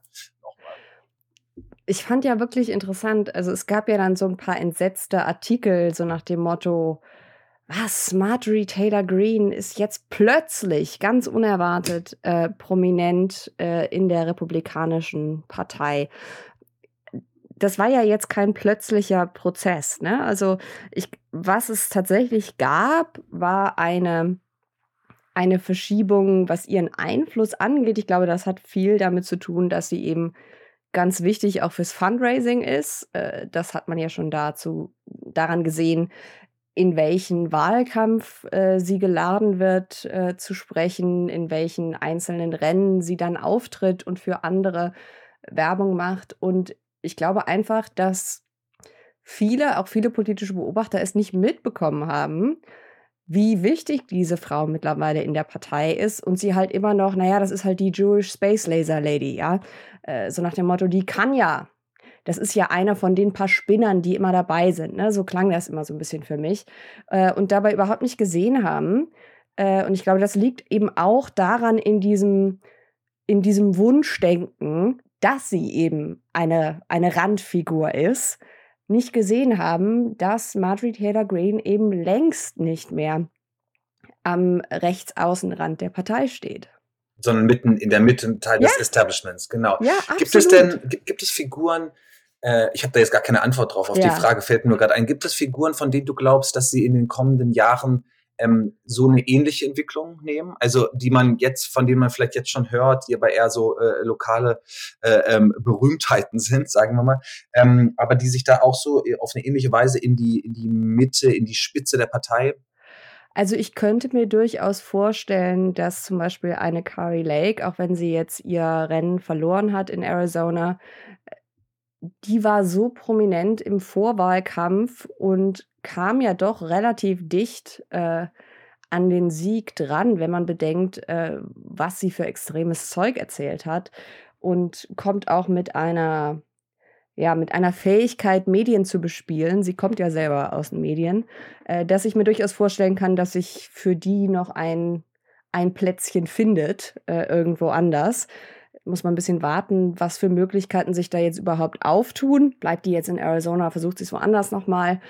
Ich fand ja wirklich interessant, also es gab ja dann so ein paar entsetzte Artikel, so nach dem Motto, was, Marjorie Taylor Greene ist jetzt plötzlich, ganz unerwartet, prominent in der Republikanischen Partei. Das war ja jetzt kein plötzlicher Prozess, ne? Also was es tatsächlich gab, war eine Verschiebung, was ihren Einfluss angeht. Ich glaube, das hat viel damit zu tun, dass sie eben ganz wichtig auch fürs Fundraising ist. Das hat man ja schon daran gesehen, in welchen Wahlkampf sie geladen wird, zu sprechen, in welchen einzelnen Rennen sie dann auftritt und für andere Werbung macht. Und ich glaube einfach, dass auch viele politische Beobachter es nicht mitbekommen haben, wie wichtig diese Frau mittlerweile in der Partei ist und sie halt immer noch, naja, das ist halt die Jewish Space Laser Lady, ja. So nach dem Motto, die kann ja. Das ist ja einer von den paar Spinnern, die immer dabei sind, ne? So klang das immer so ein bisschen für mich. Und dabei überhaupt nicht gesehen haben. Und ich glaube, das liegt eben auch daran in diesem Wunschdenken, dass sie eben eine Randfigur ist, nicht gesehen haben, dass Marjorie Taylor Greene eben längst nicht mehr am Rechtsaußenrand der Partei steht. Sondern mitten in der Mitte Teil des Establishments, genau. Ja, gibt es Figuren, ich habe da jetzt gar keine Antwort drauf, auf die Frage fällt mir nur gerade ein, gibt es Figuren, von denen du glaubst, dass sie in den kommenden Jahren so eine ähnliche Entwicklung nehmen? Also von denen man vielleicht jetzt schon hört, die aber eher so lokale Berühmtheiten sind, sagen wir mal, aber die sich da auch so auf eine ähnliche Weise in die Mitte, in die Spitze der Partei. Also ich könnte mir durchaus vorstellen, dass zum Beispiel eine Kari Lake, auch wenn sie jetzt ihr Rennen verloren hat in Arizona, die war so prominent im Vorwahlkampf und kam ja doch relativ dicht an den Sieg dran, wenn man bedenkt, was sie für extremes Zeug erzählt hat, und kommt auch mit einer Fähigkeit, Medien zu bespielen. Sie kommt ja selber aus den Medien, dass ich mir durchaus vorstellen kann, dass sich für die noch ein Plätzchen findet, irgendwo anders. Muss man ein bisschen warten, was für Möglichkeiten sich da jetzt überhaupt auftun. Bleibt die jetzt in Arizona, versucht sie es woanders nochmal.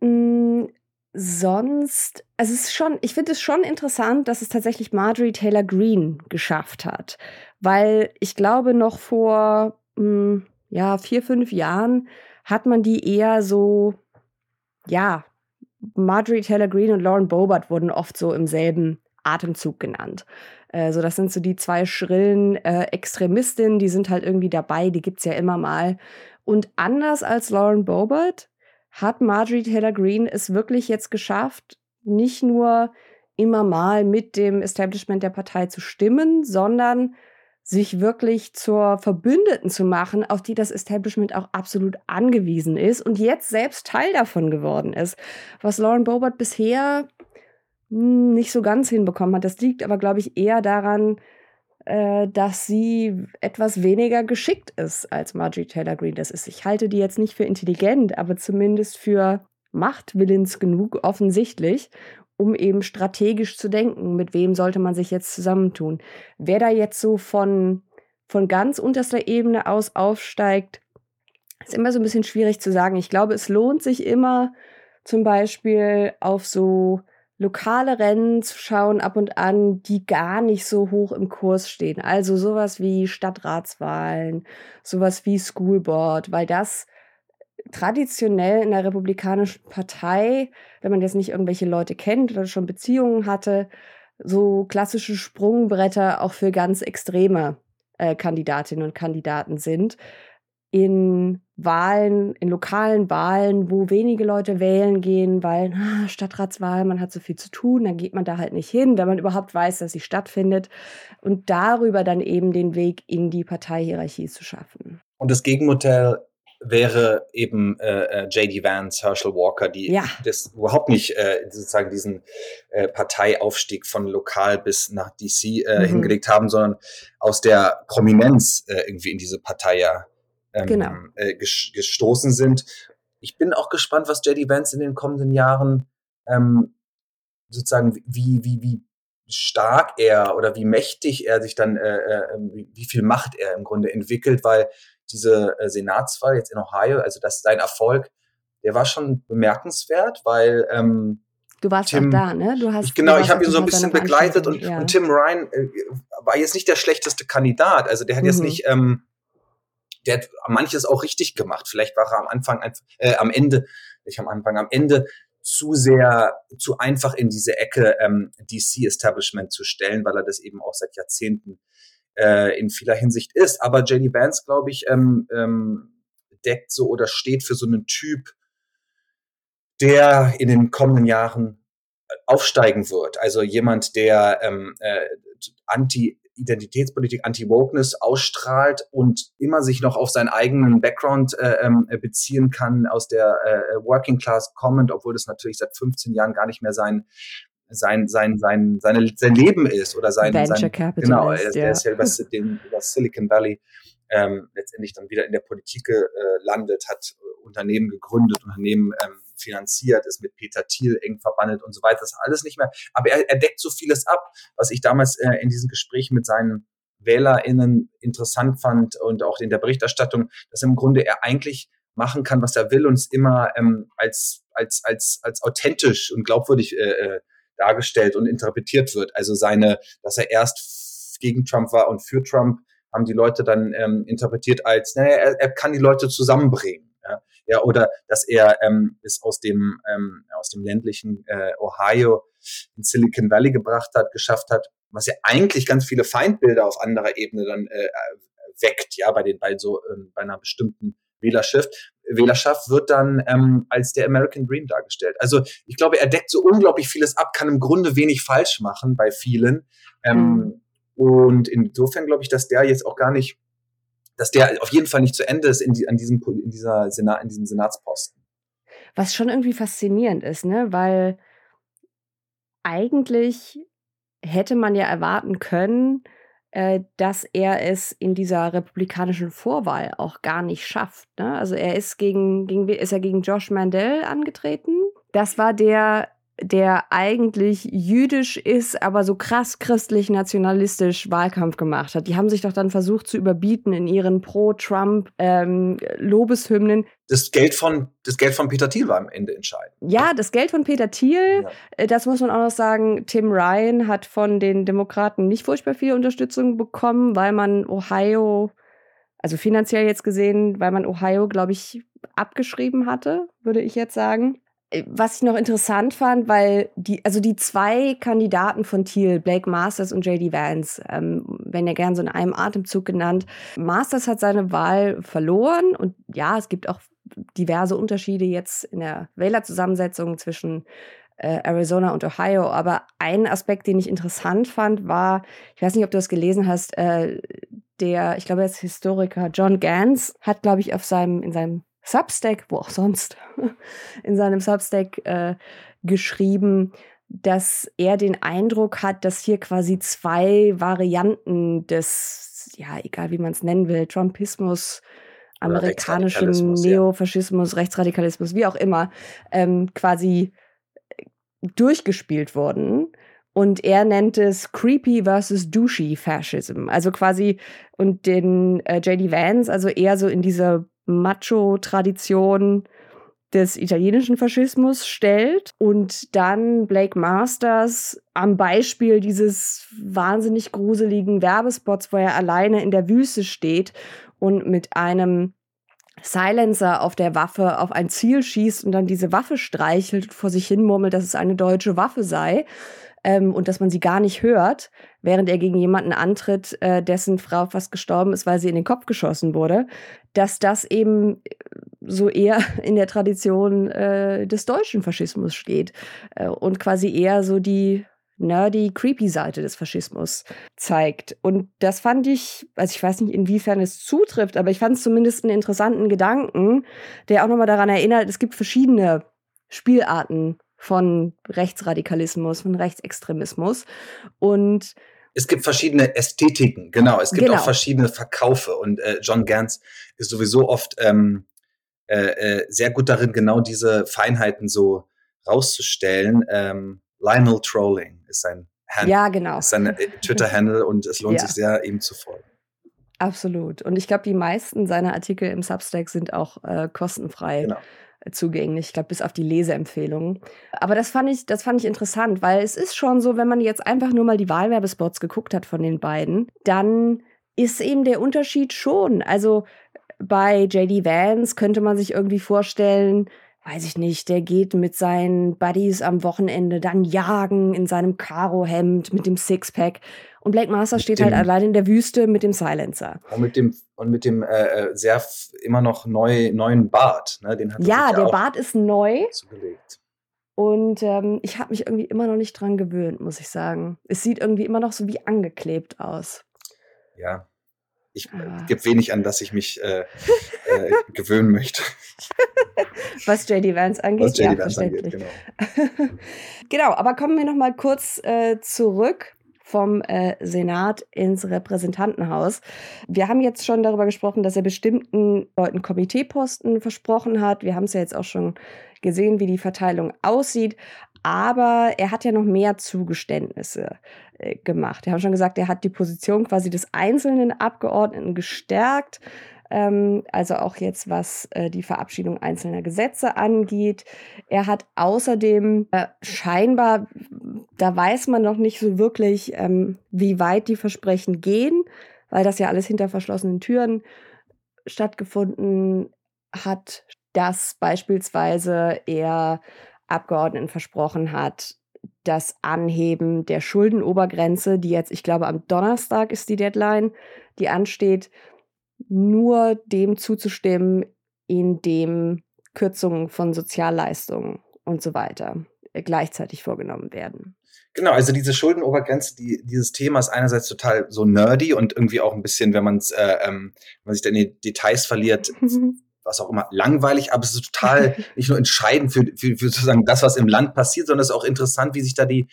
Sonst, ich finde es schon interessant, dass es tatsächlich Marjorie Taylor Greene geschafft hat. Weil ich glaube, noch vor 4, 5 Jahren hat man die eher so, Marjorie Taylor Greene und Lauren Boebert wurden oft so im selben Atemzug genannt. So, das sind so die 2 schrillen Extremistinnen, die sind halt irgendwie dabei, die gibt's ja immer mal. Und anders als Lauren Boebert hat Marjorie Taylor Greene es wirklich jetzt geschafft, nicht nur immer mal mit dem Establishment der Partei zu stimmen, sondern sich wirklich zur Verbündeten zu machen, auf die das Establishment auch absolut angewiesen ist und jetzt selbst Teil davon geworden ist. Was Lauren Boebert bisher nicht so ganz hinbekommen hat. Das liegt aber, glaube ich, eher daran, dass sie etwas weniger geschickt ist als Marjorie Taylor Greene das ist. Ich halte die jetzt nicht für intelligent, aber zumindest für machtwillens genug offensichtlich, um eben strategisch zu denken, mit wem sollte man sich jetzt zusammentun. Wer da jetzt so von ganz unterster Ebene aus aufsteigt, ist immer so ein bisschen schwierig zu sagen. Ich glaube, es lohnt sich immer, zum Beispiel auf so lokale Rennen zu schauen ab und an, die gar nicht so hoch im Kurs stehen. Also sowas wie Stadtratswahlen, sowas wie School Board, weil das traditionell in der Republikanischen Partei, wenn man jetzt nicht irgendwelche Leute kennt oder schon Beziehungen hatte, so klassische Sprungbretter auch für ganz extreme Kandidatinnen und Kandidaten sind. In lokalen Wahlen, wo wenige Leute wählen gehen, weil Stadtratswahl, man hat so viel zu tun, dann geht man da halt nicht hin, wenn man überhaupt weiß, dass sie stattfindet. Und darüber dann eben den Weg in die Parteihierarchie zu schaffen. Und das Gegenmodell wäre eben J.D. Vance, Herschel Walker, die das überhaupt nicht sozusagen diesen Parteiaufstieg von lokal bis nach DC hingelegt haben, sondern aus der Prominenz irgendwie in diese Partei gestoßen sind. Ich bin auch gespannt, was J.D. Vance in den kommenden Jahren sozusagen wie stark er oder wie mächtig er sich dann, wie viel Macht er im Grunde entwickelt, weil diese Senatswahl jetzt in Ohio, also sein Erfolg, der war schon bemerkenswert, weil du warst auch da, ne? Ich habe ihn so ein bisschen begleitet und Tim Ryan war jetzt nicht der schlechteste Kandidat. Also der hat jetzt nicht, der hat manches auch richtig gemacht. Vielleicht war er am Ende zu einfach in diese Ecke DC-Establishment zu stellen, weil er das eben auch seit Jahrzehnten in vieler Hinsicht ist. Aber J.D. Vance, glaube ich, deckt so oder steht für so einen Typ, der in den kommenden Jahren aufsteigen wird. Also jemand, der Anti-Identitätspolitik, Anti-Wokeness ausstrahlt und immer sich noch auf seinen eigenen Background beziehen kann, aus der Working Class kommend, obwohl das natürlich seit 15 Jahren gar nicht mehr sein Leben ist oder Venture Capitalist, der ist ja über Silicon Valley letztendlich dann wieder in der Politik landet, hat Unternehmen gegründet, Unternehmen finanziert, ist mit Peter Thiel eng verbandelt und so weiter. Das ist alles nicht mehr. Aber er deckt so vieles ab, was ich damals in diesen Gesprächen mit seinen WählerInnen interessant fand und auch in der Berichterstattung, dass im Grunde er eigentlich machen kann, was er will und es immer als authentisch und glaubwürdig dargestellt und interpretiert wird. Also dass er erst gegen Trump war und für Trump, haben die Leute dann interpretiert als, er kann die Leute zusammenbringen. Ja, oder dass er ist aus dem ländlichen Ohio in Silicon Valley geschafft hat, was ja eigentlich ganz viele Feindbilder auf anderer Ebene dann weckt, ja, bei einer bestimmten Wählerschaft wird dann als der American Dream dargestellt. Also ich glaube, er deckt so unglaublich vieles ab, kann im Grunde wenig falsch machen bei vielen. Und insofern glaube ich, dass der jetzt auch gar nicht, dass der auf jeden Fall nicht zu Ende ist in diesem Senatsposten. Was schon irgendwie faszinierend ist, ne? Weil eigentlich hätte man ja erwarten können, dass er es in dieser republikanischen Vorwahl auch gar nicht schafft, ne? Also, er ist gegen Josh Mandel angetreten. Das war der eigentlich jüdisch ist, aber so krass christlich-nationalistisch Wahlkampf gemacht hat. Die haben sich doch dann versucht zu überbieten in ihren Pro-Trump Lobeshymnen. Das Geld von Peter Thiel war am Ende entscheidend. Ja, das Geld von Peter Thiel, das muss man auch noch sagen, Tim Ryan hat von den Demokraten nicht furchtbar viel Unterstützung bekommen, weil man Ohio, also finanziell jetzt gesehen, weil man Ohio, glaube ich, abgeschrieben hatte, würde ich jetzt sagen. Was ich noch interessant fand, weil die zwei Kandidaten von Thiel, Blake Masters und J.D. Vance, werden ja gern so in einem Atemzug genannt. Masters hat seine Wahl verloren und ja, es gibt auch diverse Unterschiede jetzt in der Wählerzusammensetzung zwischen Arizona und Ohio. Aber ein Aspekt, den ich interessant fand, war, ich weiß nicht, ob du das gelesen hast, ich glaube, er ist Historiker, John Gans, hat, glaube ich, in seinem Substack, wo auch sonst, in seinem Substack geschrieben, dass er den Eindruck hat, dass hier quasi zwei Varianten des, ja, egal wie man es nennen will, Trumpismus, amerikanischen Neofaschismus, Rechtsradikalismus, wie auch immer, quasi durchgespielt wurden. Und er nennt es Creepy versus Douchey Fascism. Also quasi, und den J.D. Vance, also eher so in diese Macho-Tradition des italienischen Faschismus stellt und dann Blake Masters am Beispiel dieses wahnsinnig gruseligen Werbespots, wo er alleine in der Wüste steht und mit einem Silencer auf der Waffe auf ein Ziel schießt und dann diese Waffe streichelt und vor sich hin murmelt, dass es eine deutsche Waffe sei. Und dass man sie gar nicht hört, während er gegen jemanden antritt, dessen Frau fast gestorben ist, weil sie in den Kopf geschossen wurde, dass das eben so eher in der Tradition des deutschen Faschismus steht und quasi eher so die nerdy, creepy Seite des Faschismus zeigt. Und das fand ich, also ich weiß nicht, inwiefern es zutrifft, aber ich fand es zumindest einen interessanten Gedanken, der auch nochmal daran erinnert, es gibt verschiedene Spielarten von Rechtsradikalismus, von Rechtsextremismus. Und es gibt verschiedene Ästhetiken, genau. Es gibt auch verschiedene Verkaufe. Und John Gans ist sowieso oft sehr gut darin, genau diese Feinheiten so rauszustellen. Lionel Trolling ist sein Twitter-Handle und es lohnt sich sehr, ihm zu folgen. Absolut. Und ich glaube, die meisten seiner Artikel im Substack sind auch kostenfrei zugänglich. Ich glaube, bis auf die Leseempfehlungen. Aber das fand ich interessant, weil es ist schon so, wenn man jetzt einfach nur mal die Wahlwerbespots geguckt hat von den beiden, dann ist eben der Unterschied schon. Also bei J.D. Vance könnte man sich irgendwie vorstellen, weiß ich nicht, der geht mit seinen Buddies am Wochenende dann jagen in seinem Karohemd mit dem Sixpack. Und Blake Masters steht halt allein in der Wüste mit dem Silencer. Und mit dem sehr immer noch neuen Bart. Ne? Den hat er der Bart ist neu. Zugelegt. Und ich habe mich irgendwie immer noch nicht dran gewöhnt, muss ich sagen. Es sieht irgendwie immer noch so wie angeklebt aus. Ja. Ich gebe wenig an, dass ich mich gewöhnen möchte. Was J.D. Vance angeht, verständlich. Genau. Genau, aber kommen wir noch mal kurz zurück vom Senat ins Repräsentantenhaus. Wir haben jetzt schon darüber gesprochen, dass er bestimmten Leuten Komiteeposten versprochen hat. Wir haben es ja jetzt auch schon gesehen, wie die Verteilung aussieht. Aber er hat ja noch mehr Zugeständnisse gemacht. Wir haben schon gesagt, er hat die Position quasi des einzelnen Abgeordneten gestärkt. Also auch jetzt, was die Verabschiedung einzelner Gesetze angeht. Er hat außerdem scheinbar, da weiß man noch nicht so wirklich, wie weit die Versprechen gehen, weil das ja alles hinter verschlossenen Türen stattgefunden hat, dass beispielsweise er Abgeordneten versprochen hat, das Anheben der Schuldenobergrenze, die jetzt, ich glaube, am Donnerstag ist die Deadline, die ansteht, nur dem zuzustimmen, in dem Kürzungen von Sozialleistungen und so weiter gleichzeitig vorgenommen werden. Genau, also diese Schuldenobergrenze, dieses Thema ist einerseits total so nerdy und irgendwie auch ein bisschen, wenn man sich dann in die Details verliert, was auch immer, langweilig, aber es ist total nicht nur entscheidend für sozusagen das, was im Land passiert, sondern es ist auch interessant, wie sich da die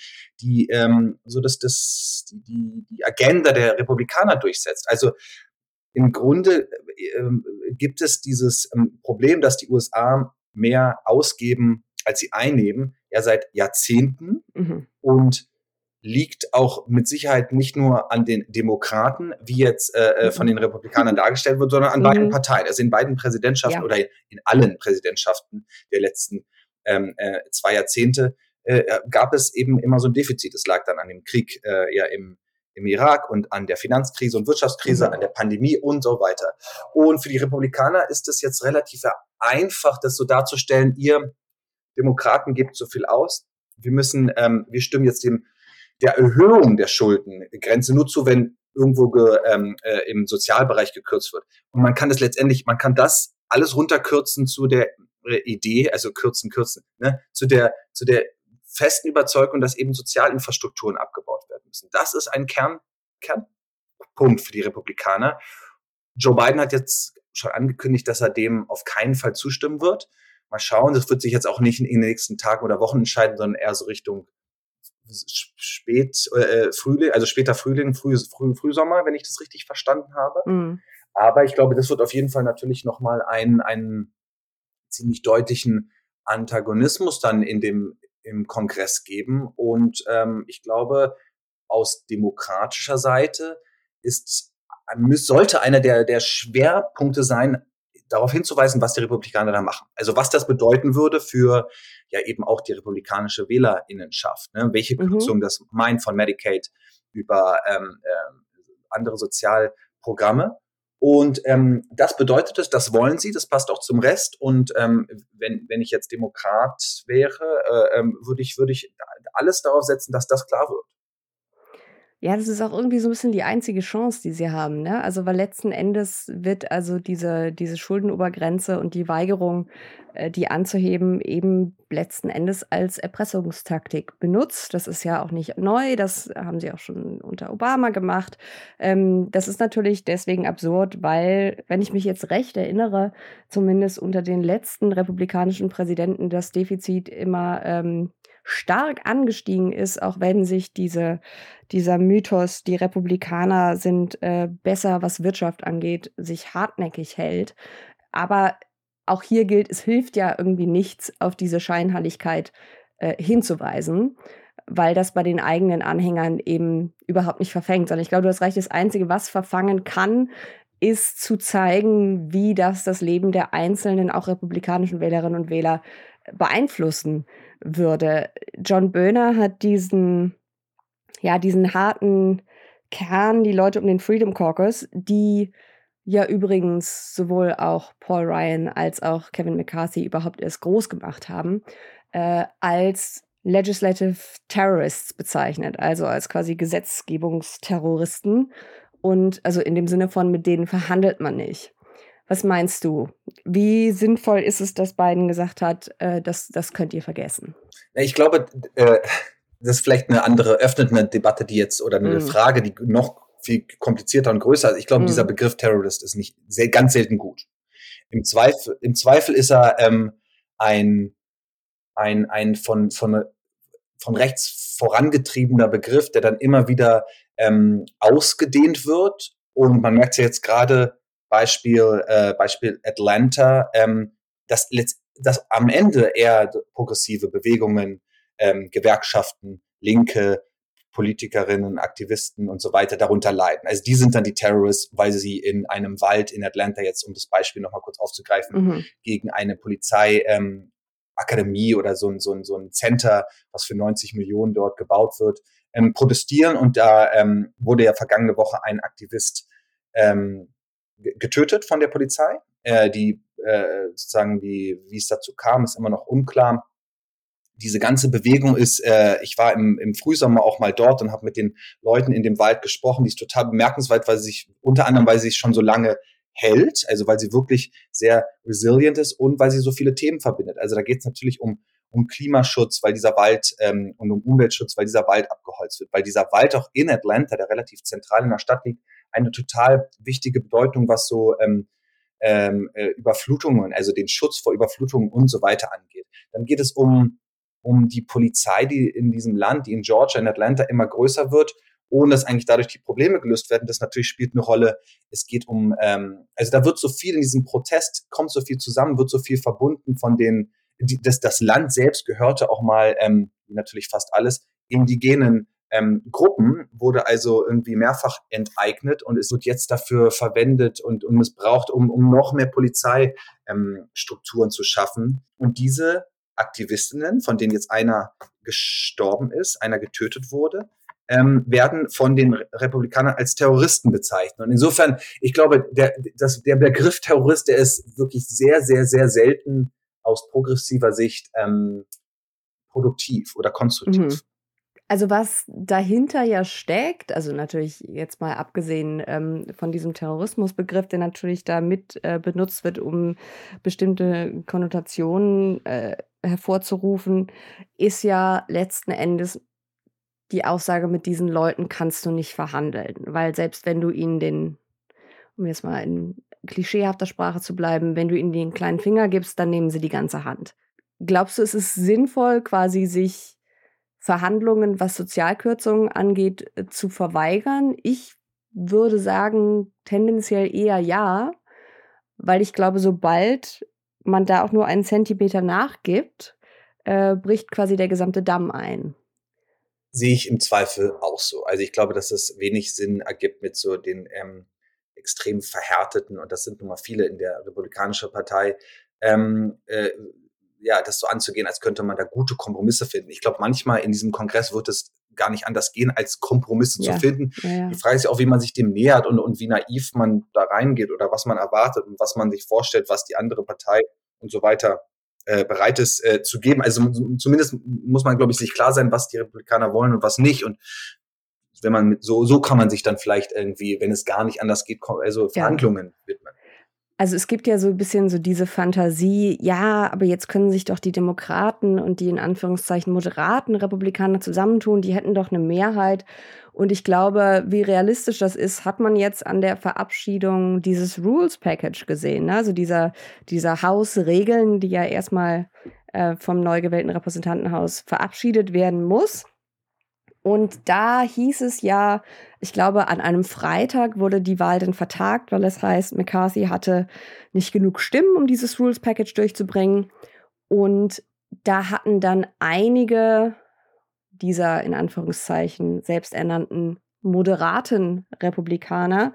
Agenda der Republikaner durchsetzt. Also im Grunde gibt es dieses Problem, dass die USA mehr ausgeben, als sie einnehmen, ja seit Jahrzehnten und liegt auch mit Sicherheit nicht nur an den Demokraten, wie jetzt von den Republikanern dargestellt wird, sondern an beiden Parteien. Also in beiden Präsidentschaften oder in allen Präsidentschaften der letzten 2 Jahrzehnte gab es eben immer so ein Defizit. Es lag dann an dem Krieg im Irak und an der Finanzkrise und Wirtschaftskrise, an der Pandemie und so weiter. Und für die Republikaner ist es jetzt relativ einfach, das so darzustellen, ihr Demokraten gebt so viel aus. Wir stimmen jetzt der Erhöhung der Schuldengrenze nur zu, wenn irgendwo im Sozialbereich gekürzt wird. Und man kann das alles runterkürzen zu der Idee, also kürzen, ne, zu der festen Überzeugung, dass eben Sozialinfrastrukturen abgebaut werden müssen. Das ist ein Kernpunkt für die Republikaner. Joe Biden hat jetzt schon angekündigt, dass er dem auf keinen Fall zustimmen wird. Mal schauen, das wird sich jetzt auch nicht in den nächsten Tagen oder Wochen entscheiden, sondern eher so Richtung Frühling, also später Frühling, Frühsommer, wenn ich das richtig verstanden habe. Aber ich glaube, das wird auf jeden Fall natürlich nochmal einen ziemlich deutlichen Antagonismus dann im Kongress geben. Und ich glaube, aus demokratischer Seite sollte einer der Schwerpunkte sein, darauf hinzuweisen, was die Republikaner da machen. Also was das bedeuten würde für ja eben auch die republikanische Wählerinnenschaft. Ne? Welche Kürzung das meint von Medicaid über andere Sozialprogramme. Und das bedeutet es, das wollen sie, das passt auch zum Rest. Und wenn ich jetzt Demokrat wäre, würde ich alles darauf setzen, dass das klar wird. Ja, das ist auch irgendwie so ein bisschen die einzige Chance, die sie haben, ne? Also, weil letzten Endes wird also diese Schuldenobergrenze und die Weigerung, die anzuheben, eben letzten Endes als Erpressungstaktik benutzt. Das ist ja auch nicht neu, das haben sie auch schon unter Obama gemacht. Das ist natürlich deswegen absurd, weil, wenn ich mich jetzt recht erinnere, zumindest unter den letzten republikanischen Präsidenten das Defizit immer, stark angestiegen ist, auch wenn sich dieser Mythos, die Republikaner sind besser, was Wirtschaft angeht, sich hartnäckig hält. Aber auch hier gilt, es hilft ja irgendwie nichts, auf diese Scheinheiligkeit hinzuweisen, weil das bei den eigenen Anhängern eben überhaupt nicht verfängt. Sondern ich glaube, du hast recht, das Einzige, was verfangen kann, ist zu zeigen, wie das Leben der einzelnen, auch republikanischen Wählerinnen und Wähler beeinflussen würde. John Boehner hat diesen harten Kern, die Leute um den Freedom Caucus, die ja übrigens sowohl auch Paul Ryan als auch Kevin McCarthy überhaupt erst groß gemacht haben, als Legislative Terrorists bezeichnet, also als quasi Gesetzgebungsterroristen. Und also in dem Sinne von, mit denen verhandelt man nicht. Was meinst du? Wie sinnvoll ist es, dass Biden gesagt hat, das könnt ihr vergessen? Ich glaube, das ist vielleicht öffnet eine Debatte, die jetzt, oder eine Frage, die noch viel komplizierter und größer ist. Ich glaube, dieser Begriff Terrorist ist nicht ganz selten gut. Im Zweifel ist er ein von rechts vorangetriebener Begriff, der dann immer wieder ausgedehnt wird. Und man merkt ja jetzt gerade, Beispiel Atlanta, dass am Ende eher progressive Bewegungen, Gewerkschaften, Linke, Politikerinnen, Aktivisten und so weiter darunter leiden. Also die sind dann die Terrorists, weil sie in einem Wald in Atlanta, jetzt um das Beispiel nochmal kurz aufzugreifen, gegen eine Polizeiakademie oder so ein Center, was für 90 Millionen dort gebaut wird, protestieren. Und da wurde ja vergangene Woche ein Aktivist getötet von der Polizei. Wie es dazu kam, ist immer noch unklar. diese ganze Bewegung ist, ich war im Frühsommer auch mal dort und habe mit den Leuten in dem Wald gesprochen, die ist total bemerkenswert, weil sie sich, unter anderem, weil sie sich schon so lange hält, also weil sie wirklich sehr resilient ist und weil sie so viele Themen verbindet. Also da geht es natürlich um Klimaschutz, weil dieser Wald und um Umweltschutz, weil dieser Wald abgeholzt wird, weil dieser Wald auch in Atlanta, der relativ zentral in der Stadt liegt, eine total wichtige Bedeutung, was so Überflutungen, also den Schutz vor Überflutungen und so weiter angeht. Dann geht es um die Polizei, die in diesem Land, die in Georgia, in Atlanta immer größer wird, ohne dass eigentlich dadurch die Probleme gelöst werden. Das natürlich spielt eine Rolle. Es geht also da wird so viel in diesem Protest, kommt so viel zusammen, wird so viel verbunden von das Land selbst gehörte auch mal, wie natürlich fast alles, indigenen Gruppen, wurde also irgendwie mehrfach enteignet und es wird jetzt dafür verwendet und missbraucht, um noch mehr Polizeistrukturen zu schaffen. Und diese Aktivistinnen, von denen jetzt einer gestorben ist, einer getötet wurde, werden von den Republikanern als Terroristen bezeichnet. Und insofern, ich glaube, der Begriff Terrorist, der ist wirklich sehr, sehr, sehr selten aus progressiver Sicht produktiv oder konstruktiv. Also was dahinter ja steckt, also natürlich jetzt mal abgesehen von diesem Terrorismusbegriff, der natürlich da mit benutzt wird, um bestimmte Konnotationen hervorzurufen, ist ja letzten Endes die Aussage, mit diesen Leuten kannst du nicht verhandeln. Weil selbst wenn du ihnen um jetzt mal in klischeehafter Sprache zu bleiben, wenn du ihnen den kleinen Finger gibst, dann nehmen sie die ganze Hand. Glaubst du, es ist sinnvoll, quasi sich Verhandlungen, was Sozialkürzungen angeht, zu verweigern? Ich würde sagen, tendenziell eher ja, weil ich glaube, sobald man da auch nur einen Zentimeter nachgibt, bricht quasi der gesamte Damm ein. Sehe ich im Zweifel auch so. Also ich glaube, dass es wenig Sinn ergibt mit so den extrem verhärteten, und das sind nun mal viele in der Republikanischen Partei, das so anzugehen, als könnte man da gute Kompromisse finden. Ich glaube, manchmal in diesem Kongress wird es gar nicht anders gehen, als Kompromisse zu finden. Ja. Die Frage ist ja auch, wie man sich dem nähert und wie naiv man da reingeht oder was man erwartet und was man sich vorstellt, was die andere Partei und so weiter bereit ist zu geben. Also zumindest muss man, glaube ich, sich klar sein, was die Republikaner wollen und was nicht. Und wenn man so kann man sich dann vielleicht irgendwie, wenn es gar nicht anders geht, also Verhandlungen widmen. Also es gibt ja so ein bisschen so diese Fantasie, ja, aber jetzt können sich doch die Demokraten und die in Anführungszeichen moderaten Republikaner zusammentun, die hätten doch eine Mehrheit. Und ich glaube, wie realistisch das ist, hat man jetzt an der Verabschiedung dieses Rules Package gesehen. Ne? Also dieser Hausregeln, die ja erstmal vom neu gewählten Repräsentantenhaus verabschiedet werden muss. Und da hieß es ja, ich glaube, an einem Freitag wurde die Wahl dann vertagt, weil es heißt, McCarthy hatte nicht genug Stimmen, um dieses Rules Package durchzubringen. Und da hatten dann einige dieser, in Anführungszeichen, selbsternannten moderaten Republikaner,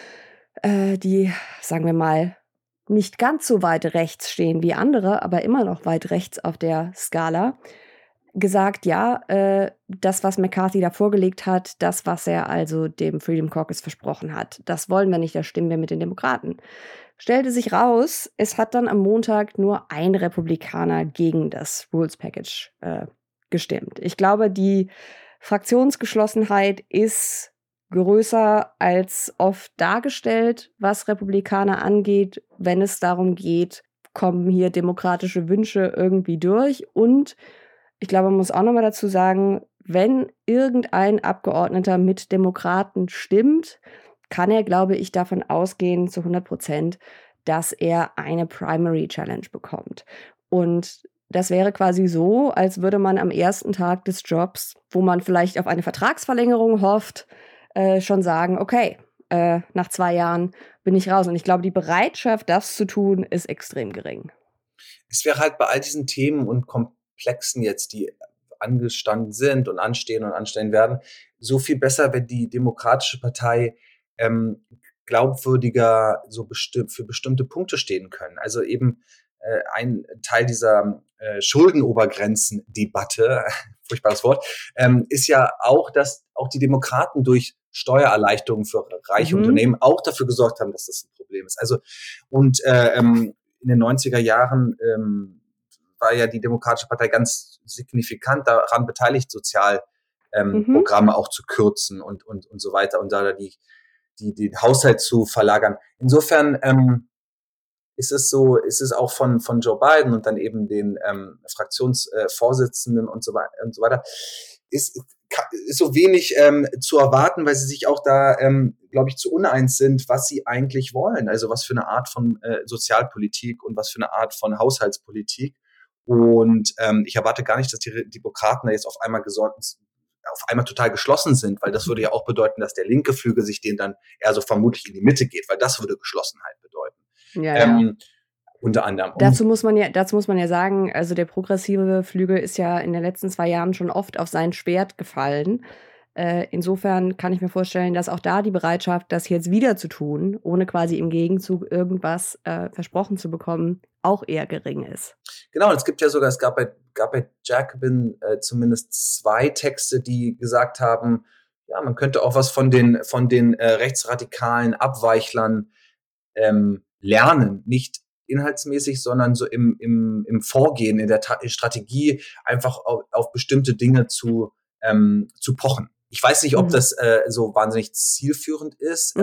die, sagen wir mal, nicht ganz so weit rechts stehen wie andere, aber immer noch weit rechts auf der Skala, gesagt, ja, das, was McCarthy da vorgelegt hat, das, was er also dem Freedom Caucus versprochen hat, das wollen wir nicht, da stimmen wir mit den Demokraten. Stellte sich raus, es hat dann am Montag nur ein Republikaner gegen das Rules Package gestimmt. Ich glaube, die Fraktionsgeschlossenheit ist größer als oft dargestellt, was Republikaner angeht, wenn es darum geht, kommen hier demokratische Wünsche irgendwie durch. Und ich glaube, man muss auch nochmal dazu sagen, wenn irgendein Abgeordneter mit Demokraten stimmt, kann er, glaube ich, davon ausgehen, zu 100%, dass er eine Primary Challenge bekommt. Und das wäre quasi so, als würde man am ersten Tag des Jobs, wo man vielleicht auf eine Vertragsverlängerung hofft, schon sagen, okay, nach 2 Jahren bin ich raus. Und ich glaube, die Bereitschaft, das zu tun, ist extrem gering. Es wäre halt bei all diesen Themen und Komplexen jetzt, die angestanden sind und anstehen und anstehen werden, so viel besser, wenn die Demokratische Partei glaubwürdiger für bestimmte Punkte stehen können. Also eben ein Teil dieser Schuldenobergrenzen-Debatte, furchtbares Wort, ist ja auch, dass auch die Demokraten durch Steuererleichterungen für reiche Unternehmen auch dafür gesorgt haben, dass das ein Problem ist. Also und in den 90er Jahren war ja die Demokratische Partei ganz signifikant daran beteiligt, Sozialprogramme auch zu kürzen und so weiter und da den Haushalt zu verlagern. Insofern ist es auch von Joe Biden und dann eben den Fraktionsvorsitzenden und so weiter, ist so wenig zu erwarten, weil sie sich auch da, glaube ich, zu uneins sind, was sie eigentlich wollen. Also was für eine Art von Sozialpolitik und was für eine Art von Haushaltspolitik. Und ich erwarte gar nicht, dass die Demokraten da jetzt auf einmal total geschlossen sind, weil das würde ja auch bedeuten, dass der linke Flügel sich den dann eher so vermutlich in die Mitte geht, weil das würde Geschlossenheit bedeuten. Ja. Unter anderem. Dazu muss man ja sagen, also der progressive Flügel ist ja in den letzten 2 Jahren schon oft auf sein Schwert gefallen. Insofern kann ich mir vorstellen, dass auch da die Bereitschaft, das jetzt wieder zu tun, ohne quasi im Gegenzug irgendwas versprochen zu bekommen, auch eher gering ist. Genau, es gab bei Jacobin zumindest 2 Texte, die gesagt haben, ja, man könnte auch was von den rechtsradikalen Abweichlern lernen, nicht inhaltsmäßig, sondern so im Vorgehen, in der Strategie einfach auf bestimmte Dinge zu pochen. Ich weiß nicht, ob das so wahnsinnig zielführend ist.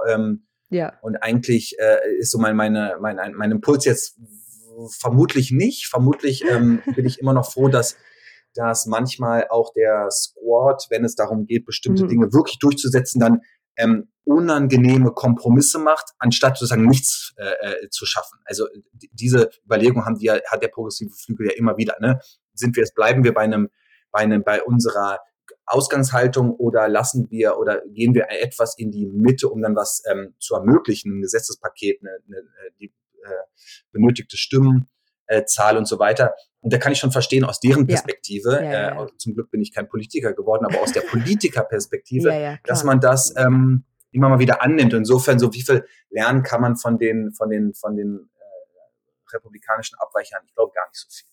Und eigentlich ist so mein Impuls jetzt vermutlich nicht. Vermutlich bin ich immer noch froh, dass manchmal auch der Squad, wenn es darum geht, bestimmte Dinge wirklich durchzusetzen, dann unangenehme Kompromisse macht, anstatt sozusagen nichts zu schaffen. Also diese Überlegung hat der progressive Flügel ja immer wieder. Ne? Bleiben wir bei unserer Ausgangshaltung oder gehen wir etwas in die Mitte, um dann was zu ermöglichen, ein Gesetzespaket, die benötigte Stimmenzahl und so weiter. Und da kann ich schon verstehen, aus deren Perspektive, Ja. Zum Glück bin ich kein Politiker geworden, aber aus der Politikerperspektive, dass man das immer mal wieder annimmt. Insofern, so wie viel lernen kann man von den republikanischen Abweichern? Ich glaube gar nicht so viel.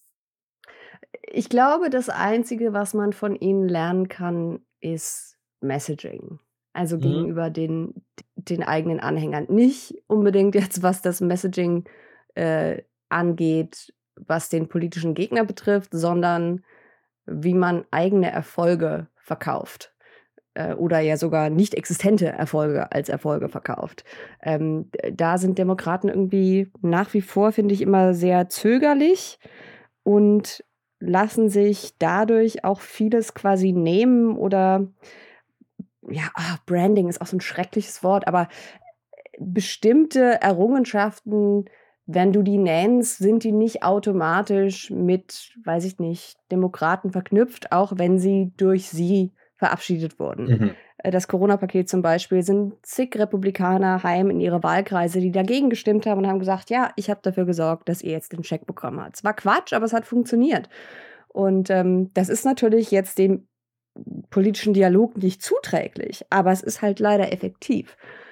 Ich glaube, das Einzige, was man von ihnen lernen kann, ist Messaging. Also gegenüber den eigenen Anhängern. Nicht unbedingt jetzt, was das Messaging angeht, was den politischen Gegner betrifft, sondern wie man eigene Erfolge verkauft. Oder ja sogar nicht existente Erfolge als Erfolge verkauft. Da sind Demokraten irgendwie nach wie vor, finde ich, immer sehr zögerlich und lassen sich dadurch auch vieles quasi nehmen oder Branding ist auch so ein schreckliches Wort, aber bestimmte Errungenschaften, wenn du die nennst, sind die nicht automatisch mit, weiß ich nicht, Demokraten verknüpft, auch wenn sie durch sie verabschiedet wurden. Das Corona-Paket zum Beispiel, sind zig Republikaner heim in ihre Wahlkreise, die dagegen gestimmt haben und haben gesagt, ja, ich habe dafür gesorgt, dass ihr jetzt den Scheck bekommen habt. Es war Quatsch, aber es hat funktioniert. Und das ist natürlich jetzt dem politischen Dialog nicht zuträglich, aber es ist halt leider effektiv.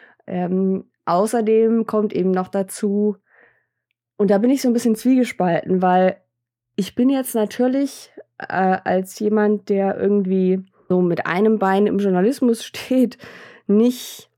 Außerdem kommt eben noch dazu, und da bin ich so ein bisschen zwiegespalten, weil ich bin jetzt natürlich als jemand, der irgendwie so mit einem Bein im Journalismus steht, nicht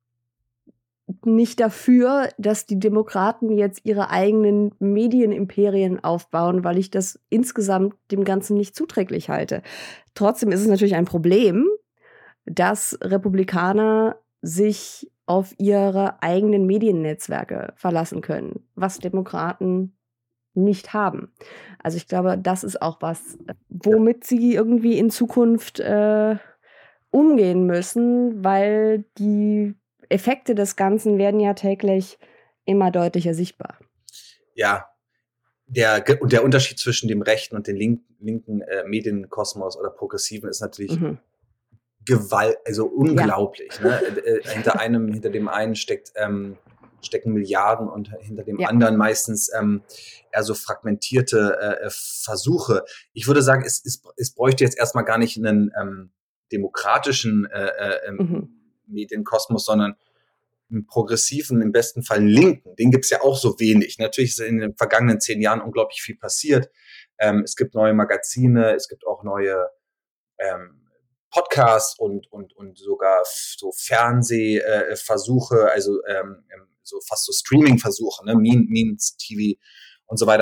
dafür, dass die Demokraten jetzt ihre eigenen Medienimperien aufbauen, weil ich das insgesamt dem Ganzen nicht zuträglich halte. Trotzdem ist es natürlich ein Problem, dass Republikaner sich auf ihre eigenen Mediennetzwerke verlassen können, was Demokraten nicht haben. Also ich glaube, das ist auch was, womit sie irgendwie in Zukunft umgehen müssen, weil die Effekte des Ganzen werden ja täglich immer deutlicher sichtbar. Ja, der Unterschied zwischen dem rechten und dem linken Medienkosmos oder progressiven ist natürlich also unglaublich. Ne? Hinter dem einen stecken Milliarden und hinter dem anderen meistens eher so fragmentierte Versuche. Ich würde sagen, es bräuchte jetzt erstmal gar nicht einen demokratischen Medienkosmos, sondern einen progressiven, im besten Fall einen linken. Den gibt es ja auch so wenig. Natürlich ist in den vergangenen 10 Jahren unglaublich viel passiert. Es gibt neue Magazine, es gibt auch neue Podcasts und sogar so Fernsehversuche, also so fast so Streaming-Versuche, ne? Means TV und so weiter.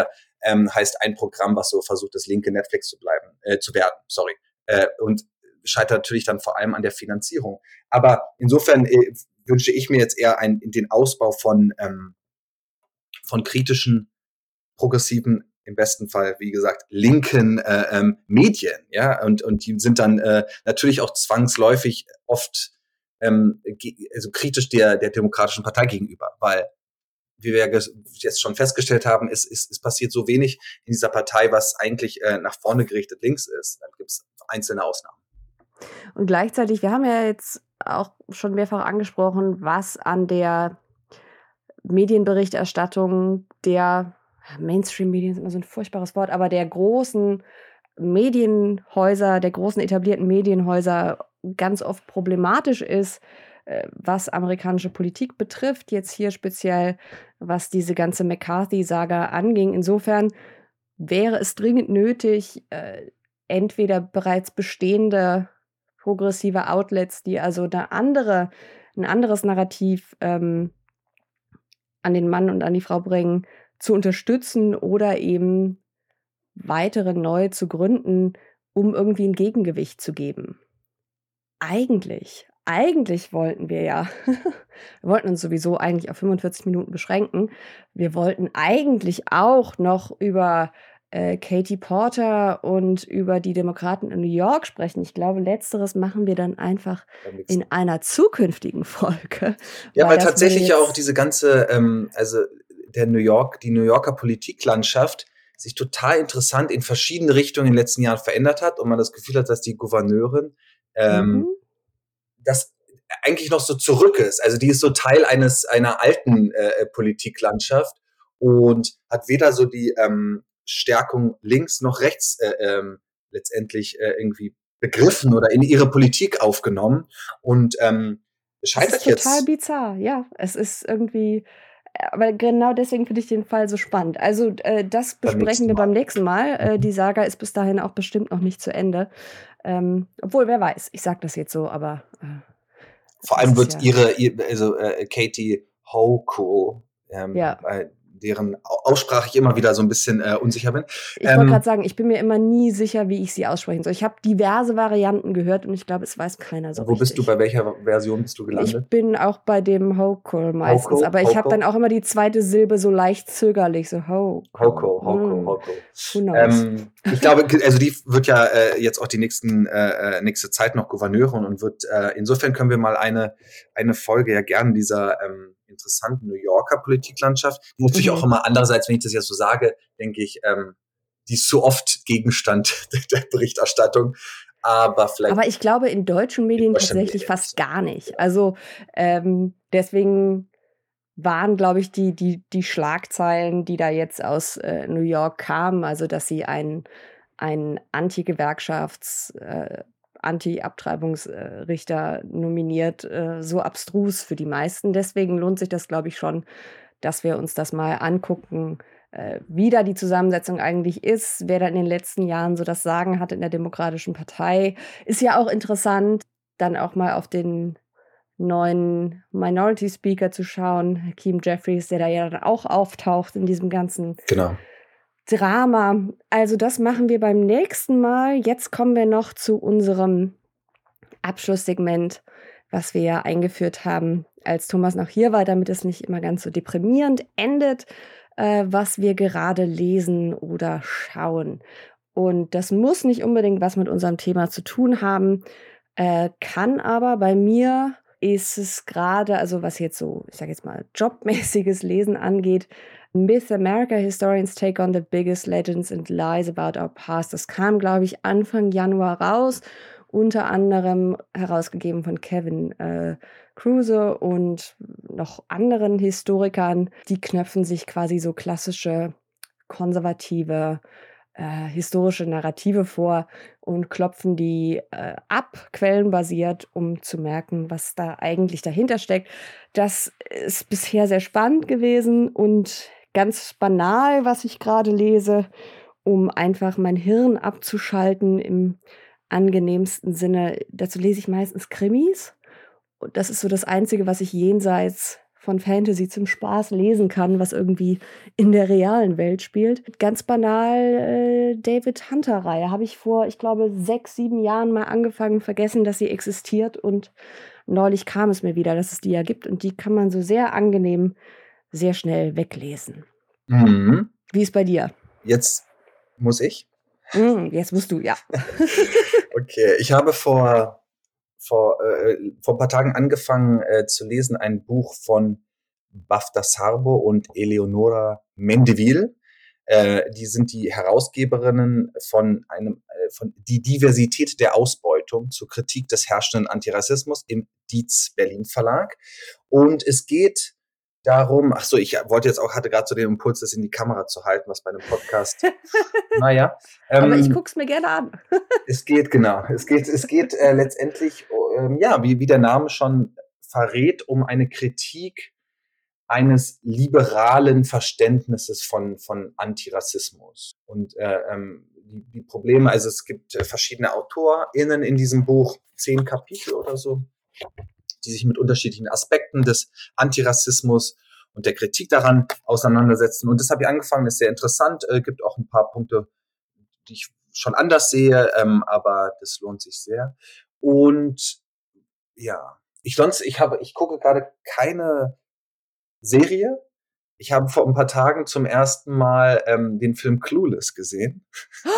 heißt ein Programm, was so versucht, das linke Netflix zu werden, sorry. Und scheitert natürlich dann vor allem an der Finanzierung. Aber insofern wünsche ich mir jetzt eher den Ausbau von kritischen, progressiven, im besten Fall, wie gesagt, linken Medien, ja, und die sind dann natürlich auch zwangsläufig oft also kritisch der Demokratischen Partei gegenüber, weil, wie wir jetzt schon festgestellt haben, es passiert so wenig in dieser Partei, was eigentlich nach vorne gerichtet links ist. Dann gibt es einzelne Ausnahmen. Und gleichzeitig, wir haben ja jetzt auch schon mehrfach angesprochen, was an der Medienberichterstattung der Mainstream-Medien ist immer so ein furchtbares Wort, aber der großen Medienhäuser, der großen etablierten Medienhäuser ganz oft problematisch ist, was amerikanische Politik betrifft, jetzt hier speziell, was diese ganze McCarthy-Saga anging. Insofern wäre es dringend nötig, entweder bereits bestehende progressive Outlets, die also ein anderes Narrativ an den Mann und an die Frau bringen, zu unterstützen oder eben weitere neu zu gründen, um irgendwie ein Gegengewicht zu geben. Eigentlich wollten wir ja, wir wollten uns sowieso eigentlich auf 45 Minuten beschränken. Wir wollten eigentlich auch noch über Katie Porter und über die Demokraten in New York sprechen. Ich glaube, letzteres machen wir dann einfach in einer zukünftigen Folge. Ja, weil tatsächlich ja auch diese ganze, also die New Yorker Politiklandschaft sich total interessant in verschiedene Richtungen in den letzten Jahren verändert hat und man das Gefühl hat, dass die Gouverneurin das eigentlich noch so zurück ist. Also die ist so Teil einer alten Politiklandschaft und hat weder so die Stärkung links noch rechts letztendlich irgendwie begriffen oder in ihre Politik aufgenommen und scheitert jetzt. Das ist total bizarr, ja. Es ist irgendwie, aber genau deswegen finde ich den Fall so spannend. Also das besprechen wir beim nächsten Mal. Die Saga ist bis dahin auch bestimmt noch nicht zu Ende. Obwohl, wer weiß, ich sage das jetzt so, aber vor allem wird Katie Hochul, deren Aussprache ich immer wieder so ein bisschen unsicher bin. Ich wollte gerade sagen, ich bin mir immer nie sicher, wie ich sie aussprechen soll. Ich habe diverse Varianten gehört und ich glaube, es weiß keiner so richtig. Bist du, bei welcher Version bist du gelandet? Ich bin auch bei dem Hochul meistens, aber ich habe dann auch immer die zweite Silbe so leicht zögerlich, so Hochul. Ich glaube, also die wird ja jetzt auch die nächste Zeit noch Gouverneurin und wird, insofern können wir mal eine Folge ja gerne dieser interessanten New Yorker Politiklandschaft, die natürlich auch immer andererseits, wenn ich das jetzt so sage, denke ich, die ist so oft Gegenstand der Berichterstattung, aber ich glaube in deutschen Medien tatsächlich fast gar nicht. Also deswegen waren, glaube ich, die Schlagzeilen, die da jetzt aus New York kamen, also dass sie einen Anti-Gewerkschafts- Anti-Abtreibungsrichter nominiert, so abstrus für die meisten. Deswegen lohnt sich das, glaube ich, schon, dass wir uns das mal angucken, wie da die Zusammensetzung eigentlich ist, wer da in den letzten Jahren so das Sagen hat in der Demokratischen Partei. Ist ja auch interessant, dann auch mal auf den neuen Minority Speaker zu schauen, Hakeem Jeffries, der da ja dann auch auftaucht in diesem ganzen Drama. Also das machen wir beim nächsten Mal. Jetzt kommen wir noch zu unserem Abschlusssegment, was wir ja eingeführt haben, als Thomas noch hier war, damit es nicht immer ganz so deprimierend endet, was wir gerade lesen oder schauen. Und das muss nicht unbedingt was mit unserem Thema zu tun haben, kann aber bei mir ist es gerade, also was jetzt so, ich sage jetzt mal, jobmäßiges Lesen angeht, Myth America, Historians Take on the Biggest Legends and Lies About Our Past. Das kam, glaube ich, Anfang Januar raus, unter anderem herausgegeben von Kevin Kruse und noch anderen Historikern. Die knöpfen sich quasi so klassische, konservative, historische Narrative vor und klopfen die ab, quellenbasiert, um zu merken, was da eigentlich dahinter steckt. Das ist bisher sehr spannend gewesen und ganz banal, was ich gerade lese, um einfach mein Hirn abzuschalten im angenehmsten Sinne. Dazu lese ich meistens Krimis. Und das ist so das Einzige, was ich jenseits von Fantasy zum Spaß lesen kann, was irgendwie in der realen Welt spielt. Ganz banal, David Hunter-Reihe habe ich vor, ich glaube, 6, 7 Jahren mal angefangen, vergessen, dass sie existiert, und neulich kam es mir wieder, dass es die ja gibt, und die kann man so sehr angenehm, sehr schnell weglesen. Mhm. Wie ist bei dir? Jetzt muss ich? Jetzt musst du, ja. Okay, ich habe vor ein paar Tagen angefangen zu lesen, ein Buch von Bafta Sarbo und Eleonora Mendeville. Die sind die Herausgeberinnen von Die Diversität der Ausbeutung zur Kritik des herrschenden Antirassismus im Dietz Berlin Verlag. Und es geht darum, hatte gerade so den Impuls, das in die Kamera zu halten, was bei einem Podcast, naja. Aber ich guck's mir gerne an. Es geht letztendlich, wie der Name schon verrät, um eine Kritik eines liberalen Verständnisses von Antirassismus. Und die Probleme, also es gibt verschiedene AutorInnen in diesem Buch, 10 Kapitel oder so, die sich mit unterschiedlichen Aspekten des Antirassismus und der Kritik daran auseinandersetzen. Und das habe ich angefangen, ist sehr interessant, gibt auch ein paar Punkte, die ich schon anders sehe, aber das lohnt sich sehr. Und ja, ich gucke gerade keine Serie. Ich habe vor ein paar Tagen zum ersten Mal den Film Clueless gesehen.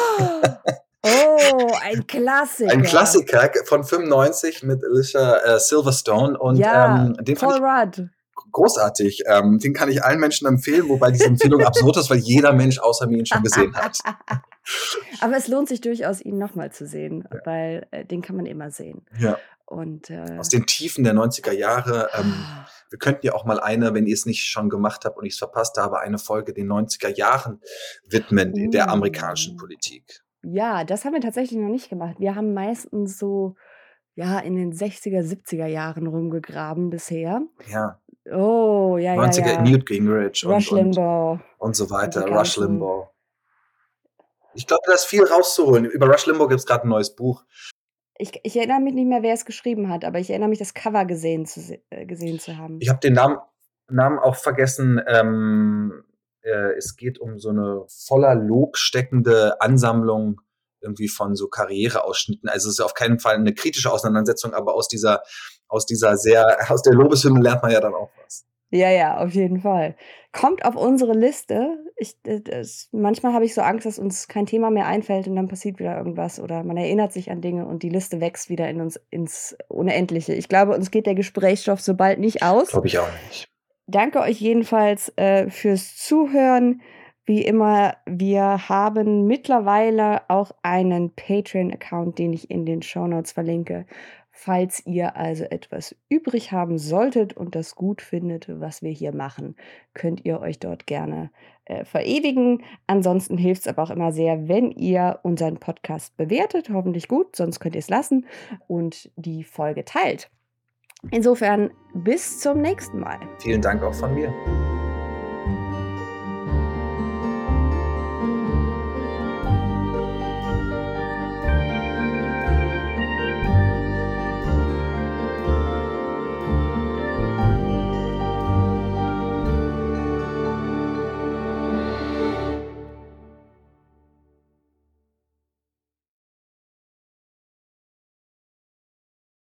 Oh, ein Klassiker. Ein Klassiker von 95 mit Alicia Silverstone. Und ja, den Paul fand ich Rudd. Großartig. Den kann ich allen Menschen empfehlen, wobei diese Empfehlung absurd ist, weil jeder Mensch außer mir ihn schon gesehen hat. Aber es lohnt sich durchaus, ihn nochmal zu sehen, weil den kann man immer sehen. Ja. Und, aus den Tiefen der 90er Jahre. Wir könnten ja auch mal wenn ihr es nicht schon gemacht habt und ich es verpasst habe, eine Folge den 90er Jahren widmen, der amerikanischen Politik. Ja, das haben wir tatsächlich noch nicht gemacht. Wir haben meistens so in den 60er, 70er Jahren rumgegraben bisher. Ja. Oh, ja, 90er ja. Newt Gingrich Rush Limbaugh. Und so weiter. Rush Limbaugh. Ich glaube, da ist viel rauszuholen. Über Rush Limbaugh gibt es gerade ein neues Buch. Ich erinnere mich nicht mehr, wer es geschrieben hat, aber ich erinnere mich, das Cover gesehen zu haben. Ich habe den Namen auch vergessen. Es geht um so eine voller Lob steckende Ansammlung irgendwie von so Karriereausschnitten. Also es ist auf keinen Fall eine kritische Auseinandersetzung, aber aus der Lobeshymne lernt man ja dann auch was. Ja, auf jeden Fall. Kommt auf unsere Liste. Manchmal habe ich so Angst, dass uns kein Thema mehr einfällt und dann passiert wieder irgendwas oder man erinnert sich an Dinge und die Liste wächst wieder in uns ins Unendliche. Ich glaube, uns geht der Gesprächsstoff so bald nicht aus. Glaube ich auch nicht. Danke euch jedenfalls fürs Zuhören. Wie immer, wir haben mittlerweile auch einen Patreon-Account, den ich in den Shownotes verlinke. Falls ihr also etwas übrig haben solltet und das gut findet, was wir hier machen, könnt ihr euch dort gerne verewigen. Ansonsten hilft es aber auch immer sehr, wenn ihr unseren Podcast bewertet. Hoffentlich gut, sonst könnt ihr es lassen und die Folge teilt. Insofern bis zum nächsten Mal. Vielen Dank auch von mir.